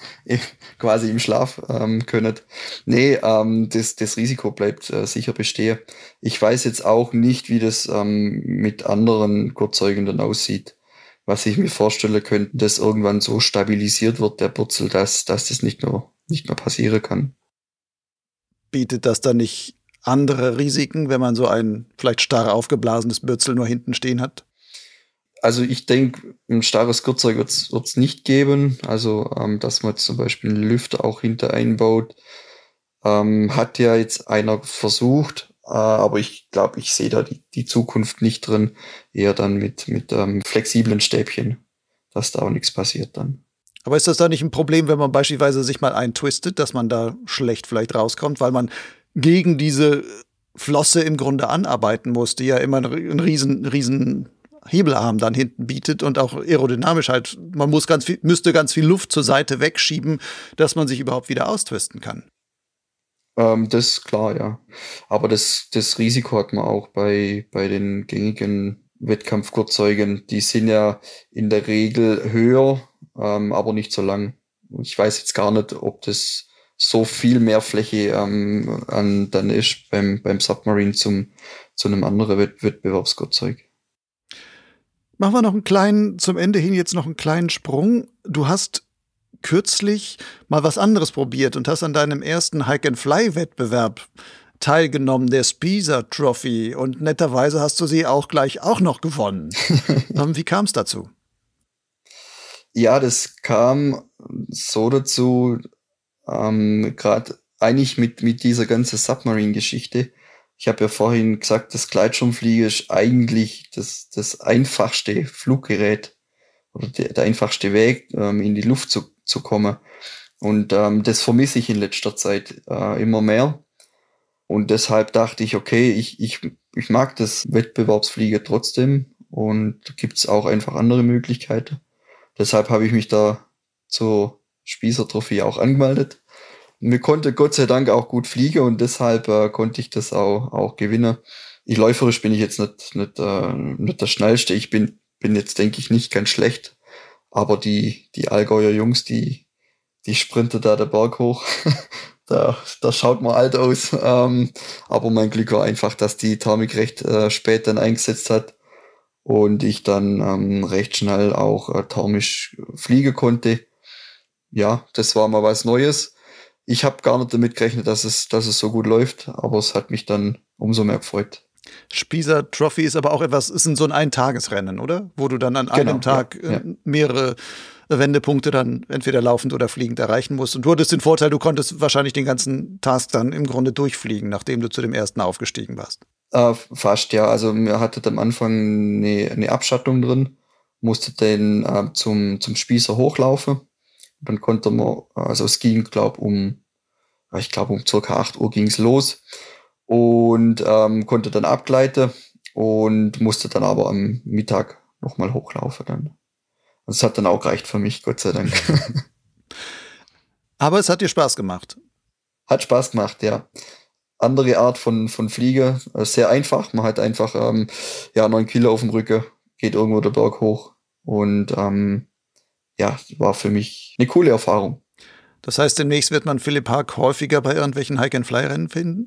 quasi im Schlaf ähm, können. Nee, ähm, das, das Risiko bleibt äh, sicher bestehen. Ich weiß jetzt auch nicht, wie das ähm, mit anderen Gurtzeugen dann aussieht. Was ich mir vorstellen könnte, dass irgendwann so stabilisiert wird, der Bürzel, dass, dass das nicht mehr, nicht mehr passieren kann. Bietet das dann nicht andere Risiken, wenn man so ein vielleicht starr aufgeblasenes Bürzel nur hinten stehen hat? Also ich denke, ein starres Gurtzeug wird es nicht geben. Also, ähm, dass man jetzt zum Beispiel einen Lüfter auch hinter einbaut, ähm, hat ja jetzt einer versucht, äh, aber ich glaube, ich sehe da die, die Zukunft nicht drin. Eher dann mit, mit ähm, flexiblen Stäbchen, dass da auch nichts passiert dann. Aber ist das da nicht ein Problem, wenn man beispielsweise sich mal eintwistet, dass man da schlecht vielleicht rauskommt, weil man gegen diese Flosse im Grunde anarbeiten muss, die ja immer einen riesen, riesen Hebelarm dann hinten bietet und auch aerodynamisch halt, man muss ganz viel, müsste ganz viel Luft zur Seite wegschieben, dass man sich überhaupt wieder austwisten kann. Ähm, das ist klar, ja. Aber das, das Risiko hat man auch bei, bei den gängigen Wettkampfgurtzeugen. Die sind ja in der Regel höher, ähm, aber nicht so lang. Ich weiß jetzt gar nicht, ob das so viel mehr Fläche ähm, an, dann ist beim, beim Submarine zum, zu einem anderen Wett Wettbewerbsgurtzeug. Machen wir noch einen kleinen, zum Ende hin jetzt noch einen kleinen Sprung. Du hast kürzlich mal was anderes probiert und hast an deinem ersten Hike-and-Fly-Wettbewerb teilgenommen, der Speezer Trophy. Und netterweise hast du sie auch gleich auch noch gewonnen. Wie kam es dazu? Ja, das kam so dazu, ähm, gerade eigentlich mit, mit dieser ganzen Submarine-Geschichte, Ich habe ja vorhin gesagt, das Gleitschirmfliegen ist eigentlich das, das einfachste Fluggerät oder der, der einfachste Weg, ähm, in die Luft zu, zu kommen. Und ähm, das vermisse ich in letzter Zeit äh, immer mehr. Und deshalb dachte ich, okay, ich, ich, ich mag das Wettbewerbsfliegen trotzdem und gibt's auch einfach andere Möglichkeiten. Deshalb habe ich mich da zur Spießer-Trophäe auch angemeldet. Mir konnte Gott sei Dank auch gut fliegen und deshalb äh, konnte ich das auch, auch gewinnen. Ich läuferisch bin ich jetzt nicht, nicht, äh, nicht der Schnellste. Ich bin, bin jetzt, denke ich, nicht ganz schlecht. Aber die, die Allgäuer Jungs, die, die sprinten da den Berg hoch. Da, da schaut man alt aus. Ähm, aber mein Glück war einfach, dass die Thermik recht äh, spät dann eingesetzt hat und ich dann ähm, recht schnell auch äh, thermisch fliegen konnte. Ja, das war mal was Neues. Ich habe gar nicht damit gerechnet, dass es, dass es so gut läuft, aber es hat mich dann umso mehr gefreut. Spießer Trophy ist aber auch etwas, ist so ein Eintagesrennen, oder? Wo du dann an Genau, einem Tag ja, ja. mehrere Wendepunkte dann entweder laufend oder fliegend erreichen musst. Und du hattest den Vorteil, du konntest wahrscheinlich den ganzen Task dann im Grunde durchfliegen, nachdem du zu dem ersten aufgestiegen warst. Äh, fast, ja. Also wir hatten am Anfang eine, eine Abschattung drin, musste dann äh, zum, zum Spießer hochlaufen. Dann konnte man, also es ging, glaube um, ich glaube um circa acht Uhr ging's los und ähm, konnte dann abgleiten und musste dann aber am Mittag nochmal hochlaufen dann. Das hat dann auch gereicht für mich, Gott sei Dank. Aber es hat dir Spaß gemacht. Hat Spaß gemacht, ja. Andere Art von, von Fliege, sehr einfach. Man hat einfach ähm, ja, neun Kilo auf dem Rücken, geht irgendwo der Berg hoch und ähm, ja, war für mich eine coole Erfahrung. Das heißt, demnächst wird man Philipp Haag häufiger bei irgendwelchen Hike-and-Fly-Rennen finden?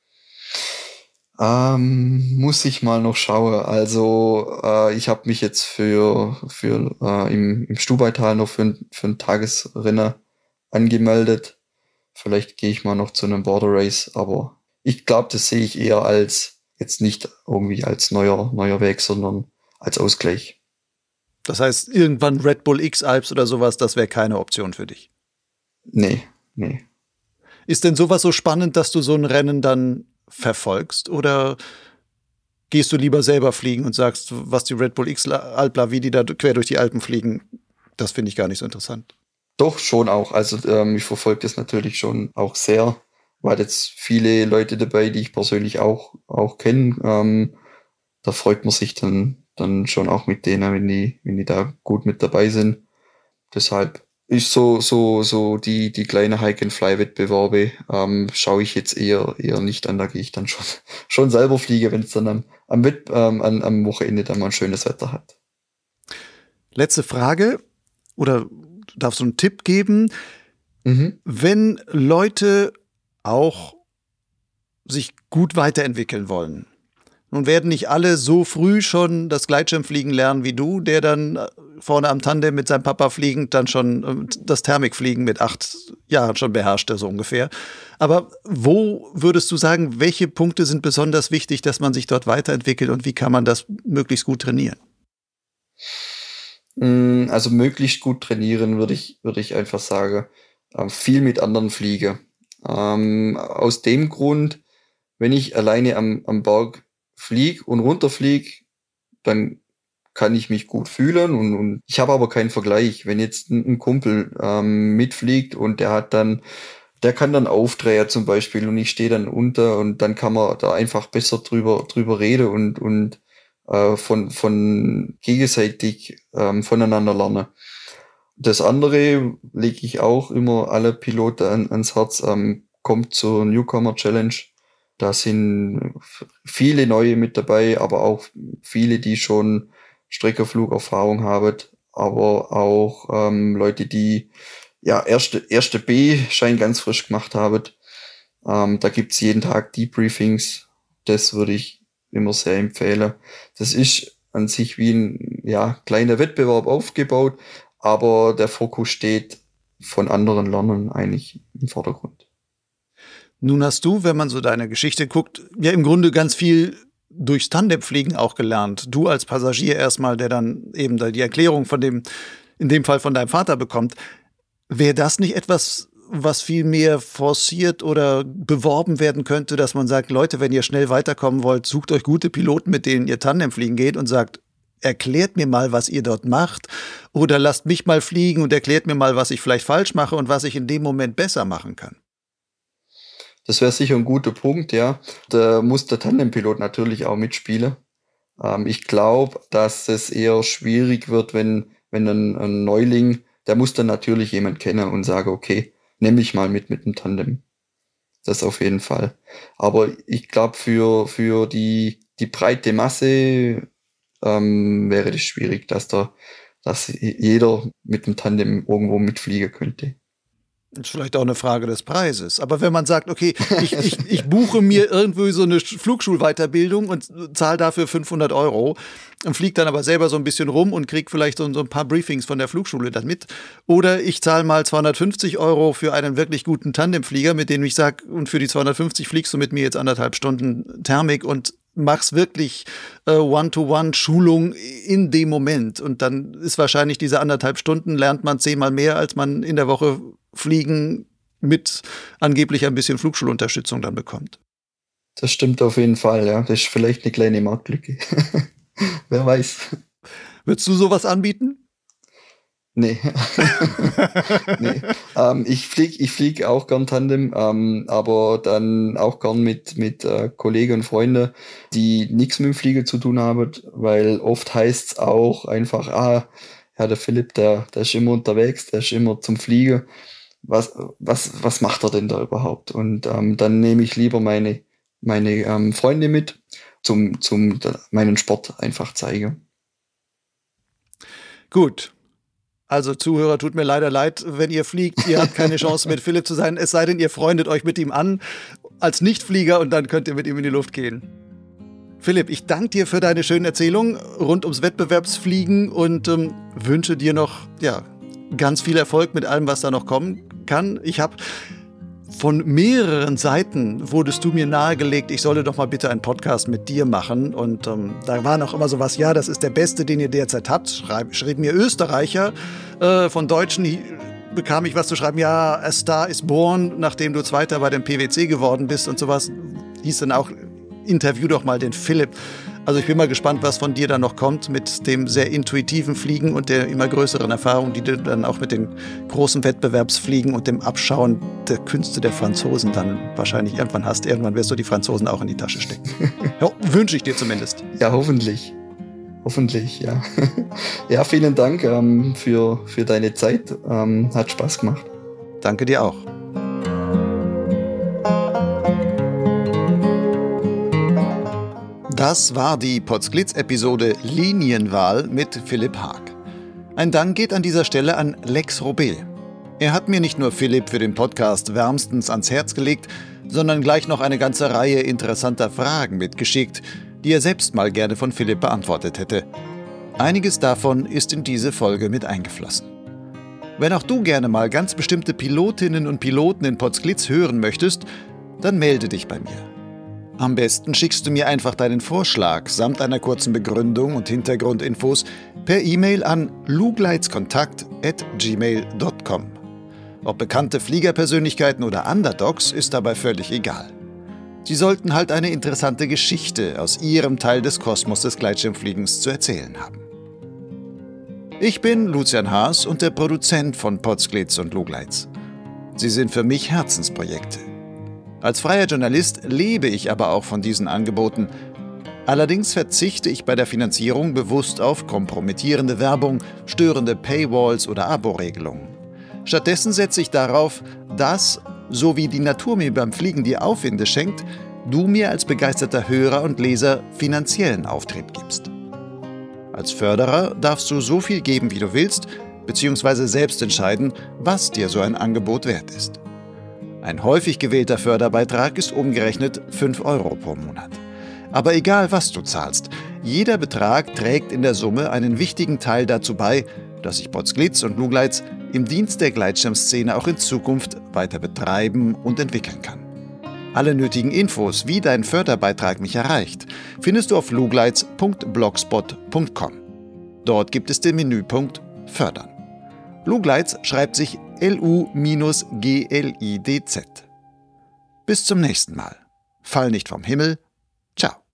Ähm, muss ich mal noch schauen. Also äh, ich habe mich jetzt für, für äh, im, im Stubaital noch für, für ein Tagesrennen angemeldet. Vielleicht gehe ich mal noch zu einem Border Race, aber ich glaube, das sehe ich eher als jetzt nicht irgendwie als neuer, neuer Weg, sondern als Ausgleich. Das heißt, irgendwann Red Bull X-Alps oder sowas, das wäre keine Option für dich? Nee, nee. Ist denn sowas so spannend, dass du so ein Rennen dann verfolgst? Oder gehst du lieber selber fliegen und sagst, was die Red Bull X-Alpler, wie die da quer durch die Alpen fliegen, das finde ich gar nicht so interessant? Doch, schon auch. Also ähm, ich verfolge das natürlich schon auch sehr. Weil jetzt viele Leute dabei, die ich persönlich auch, auch kenne. Ähm, da freut man sich dann, dann schon auch mit denen, wenn die, wenn die da gut mit dabei sind. Deshalb ist so, so, so die, die kleine Hike-and-Fly-Wettbewerbe ähm, schaue ich jetzt eher, eher nicht an. Da gehe ich dann schon, schon selber fliege, wenn es dann am, am, Wett, ähm, am, am Wochenende dann mal ein schönes Wetter hat. Letzte Frage, oder darfst du einen Tipp geben? Mhm. Wenn Leute auch sich gut weiterentwickeln wollen, nun werden nicht alle so früh schon das Gleitschirmfliegen lernen wie du, der dann vorne am Tandem mit seinem Papa fliegend dann schon das Thermikfliegen mit acht Jahren schon beherrschte, so ungefähr. Aber wo würdest du sagen, welche Punkte sind besonders wichtig, dass man sich dort weiterentwickelt und wie kann man das möglichst gut trainieren? Also möglichst gut trainieren würde ich, würde ich einfach sagen, viel mit anderen fliegen. Ähm, aus dem Grund, wenn ich alleine am, am Berg flieg und runterflieg, dann kann ich mich gut fühlen und, und ich habe aber keinen Vergleich. Wenn jetzt ein, ein Kumpel ähm, mitfliegt und der hat dann, der kann dann Aufdreher zum Beispiel und ich stehe dann unter und dann kann man da einfach besser drüber drüber reden und und äh, von von gegenseitig ähm, voneinander lernen. Das andere lege ich auch immer alle Piloten an, ans Herz, ähm, kommt zur Newcomer Challenge. Da sind viele neue mit dabei, aber auch viele, die schon Streckerflugerfahrung haben, aber auch ähm, Leute, die ja erste erste B-Schein ganz frisch gemacht haben. Ähm, da gibt's jeden Tag Debriefings. Das würde ich immer sehr empfehlen. Das ist an sich wie ein ja kleiner Wettbewerb aufgebaut, aber der Fokus steht von anderen Lernen eigentlich im Vordergrund. Nun hast du, wenn man so deine Geschichte guckt, ja im Grunde ganz viel durchs Tandemfliegen auch gelernt. Du als Passagier erstmal, der dann eben die Erklärung von dem, in dem Fall von deinem Vater bekommt. Wäre das nicht etwas, was viel mehr forciert oder beworben werden könnte, dass man sagt, Leute, wenn ihr schnell weiterkommen wollt, sucht euch gute Piloten, mit denen ihr Tandem fliegen geht und sagt, erklärt mir mal, was ihr dort macht oder lasst mich mal fliegen und erklärt mir mal, was ich vielleicht falsch mache und was ich in dem Moment besser machen kann. Das wäre sicher ein guter Punkt, ja. Da muss der Tandempilot natürlich auch mitspielen. Ähm, ich glaube, dass es eher schwierig wird, wenn, wenn ein, ein Neuling, der muss dann natürlich jemand kennen und sagen, okay, nehme ich mal mit mit dem Tandem. Das auf jeden Fall. Aber ich glaube, für, für die, die breite Masse ähm, wäre das schwierig, dass da, dass jeder mit dem Tandem irgendwo mitfliegen könnte. Das ist vielleicht auch eine Frage des Preises. Aber wenn man sagt, okay, ich, ich, ich buche mir irgendwie so eine Flugschulweiterbildung und zahle dafür fünfhundert Euro und fliege dann aber selber so ein bisschen rum und kriege vielleicht so, so ein paar Briefings von der Flugschule dann mit. Oder ich zahle mal zweihundertfünfzig Euro für einen wirklich guten Tandemflieger, mit dem ich sage, und für die zweihundertfünfzig fliegst du mit mir jetzt anderthalb Stunden Thermik und mach's wirklich äh, One-to-One-Schulung in dem Moment. Und dann ist wahrscheinlich diese anderthalb Stunden, lernt man zehnmal mehr, als man in der Woche Fliegen mit angeblich ein bisschen Flugschulunterstützung dann bekommt. Das stimmt auf jeden Fall, ja. Das ist vielleicht eine kleine Marktlücke. Wer weiß. Würdest du sowas anbieten? Nee. nee. Ähm, ich fliege ich flieg auch gern Tandem, ähm, aber dann auch gern mit, mit äh, Kollegen und Freunden, die nichts mit dem Fliegen zu tun haben, weil oft heißt es auch einfach, ah, ja, der Philipp, der, der ist immer unterwegs, der ist immer zum Fliegen. Was, was, was macht er denn da überhaupt? Und ähm, dann nehme ich lieber meine, meine ähm, Freunde mit, zum, zum meinen Sport einfach zeigen. Gut. Also Zuhörer, tut mir leider leid, wenn ihr fliegt, ihr habt keine Chance mit Philipp zu sein, es sei denn, ihr freundet euch mit ihm an als Nichtflieger und dann könnt ihr mit ihm in die Luft gehen. Philipp, ich danke dir für deine schönen Erzählungen rund ums Wettbewerbsfliegen und ähm, wünsche dir noch ja, ganz viel Erfolg mit allem, was da noch kommen kann. Ich habe von mehreren Seiten wurdest du mir nahegelegt, ich solle doch mal bitte einen Podcast mit dir machen. Und ähm, da war noch immer sowas, ja, das ist der beste, den ihr derzeit habt. Schreib, schrieb mir Österreicher, äh, von Deutschen bekam ich was zu schreiben, ja, A Star is Born, nachdem du Zweiter bei dem P W C geworden bist und sowas. Hieß dann auch, interview doch mal den Philipp. Also ich bin mal gespannt, was von dir dann noch kommt mit dem sehr intuitiven Fliegen und der immer größeren Erfahrung, die du dann auch mit den großen Wettbewerbsfliegen und dem Abschauen der Künste der Franzosen dann wahrscheinlich irgendwann hast. Irgendwann wirst du die Franzosen auch in die Tasche stecken. Ja, wünsche ich dir zumindest. Ja, hoffentlich. Hoffentlich, ja. Ja, vielen Dank ähm, für, für deine Zeit. Ähm, hat Spaß gemacht. Danke dir auch. Das war die Podsglitz-Episode Linienwahl mit Philipp Haag. Ein Dank geht an dieser Stelle an Lex Robel. Er hat mir nicht nur Philipp für den Podcast wärmstens ans Herz gelegt, sondern gleich noch eine ganze Reihe interessanter Fragen mitgeschickt, die er selbst mal gerne von Philipp beantwortet hätte. Einiges davon ist in diese Folge mit eingeflossen. Wenn auch du gerne mal ganz bestimmte Pilotinnen und Piloten in Podsglitz hören möchtest, dann melde dich bei mir. Am besten schickst du mir einfach deinen Vorschlag samt einer kurzen Begründung und Hintergrundinfos per E-Mail an lugleitskontakt at gmail dot com. Ob bekannte Fliegerpersönlichkeiten oder Underdogs ist dabei völlig egal. Sie sollten halt eine interessante Geschichte aus ihrem Teil des Kosmos des Gleitschirmfliegens zu erzählen haben. Ich bin Lucian Haas und der Produzent von Podsglitz und Lugleitz. Sie sind für mich Herzensprojekte. Als freier Journalist lebe ich aber auch von diesen Angeboten. Allerdings verzichte ich bei der Finanzierung bewusst auf kompromittierende Werbung, störende Paywalls oder Abo-Regelungen. Stattdessen setze ich darauf, dass, so wie die Natur mir beim Fliegen die Aufwinde schenkt, du mir als begeisterter Hörer und Leser finanziellen Auftrieb gibst. Als Förderer darfst du so viel geben, wie du willst, beziehungsweise selbst entscheiden, was dir so ein Angebot wert ist. Ein häufig gewählter Förderbeitrag ist umgerechnet fünf Euro pro Monat. Aber egal, was du zahlst, jeder Betrag trägt in der Summe einen wichtigen Teil dazu bei, dass ich Podsglitz und Lugleitz im Dienst der Gleitschirmszene auch in Zukunft weiter betreiben und entwickeln kann. Alle nötigen Infos, wie dein Förderbeitrag mich erreicht, findest du auf lugleitz punkt blogspot punkt com. Dort gibt es den Menüpunkt Fördern. Lugleitz schreibt sich L U G L I D Z. Bis zum nächsten Mal. Fall nicht vom Himmel. Ciao.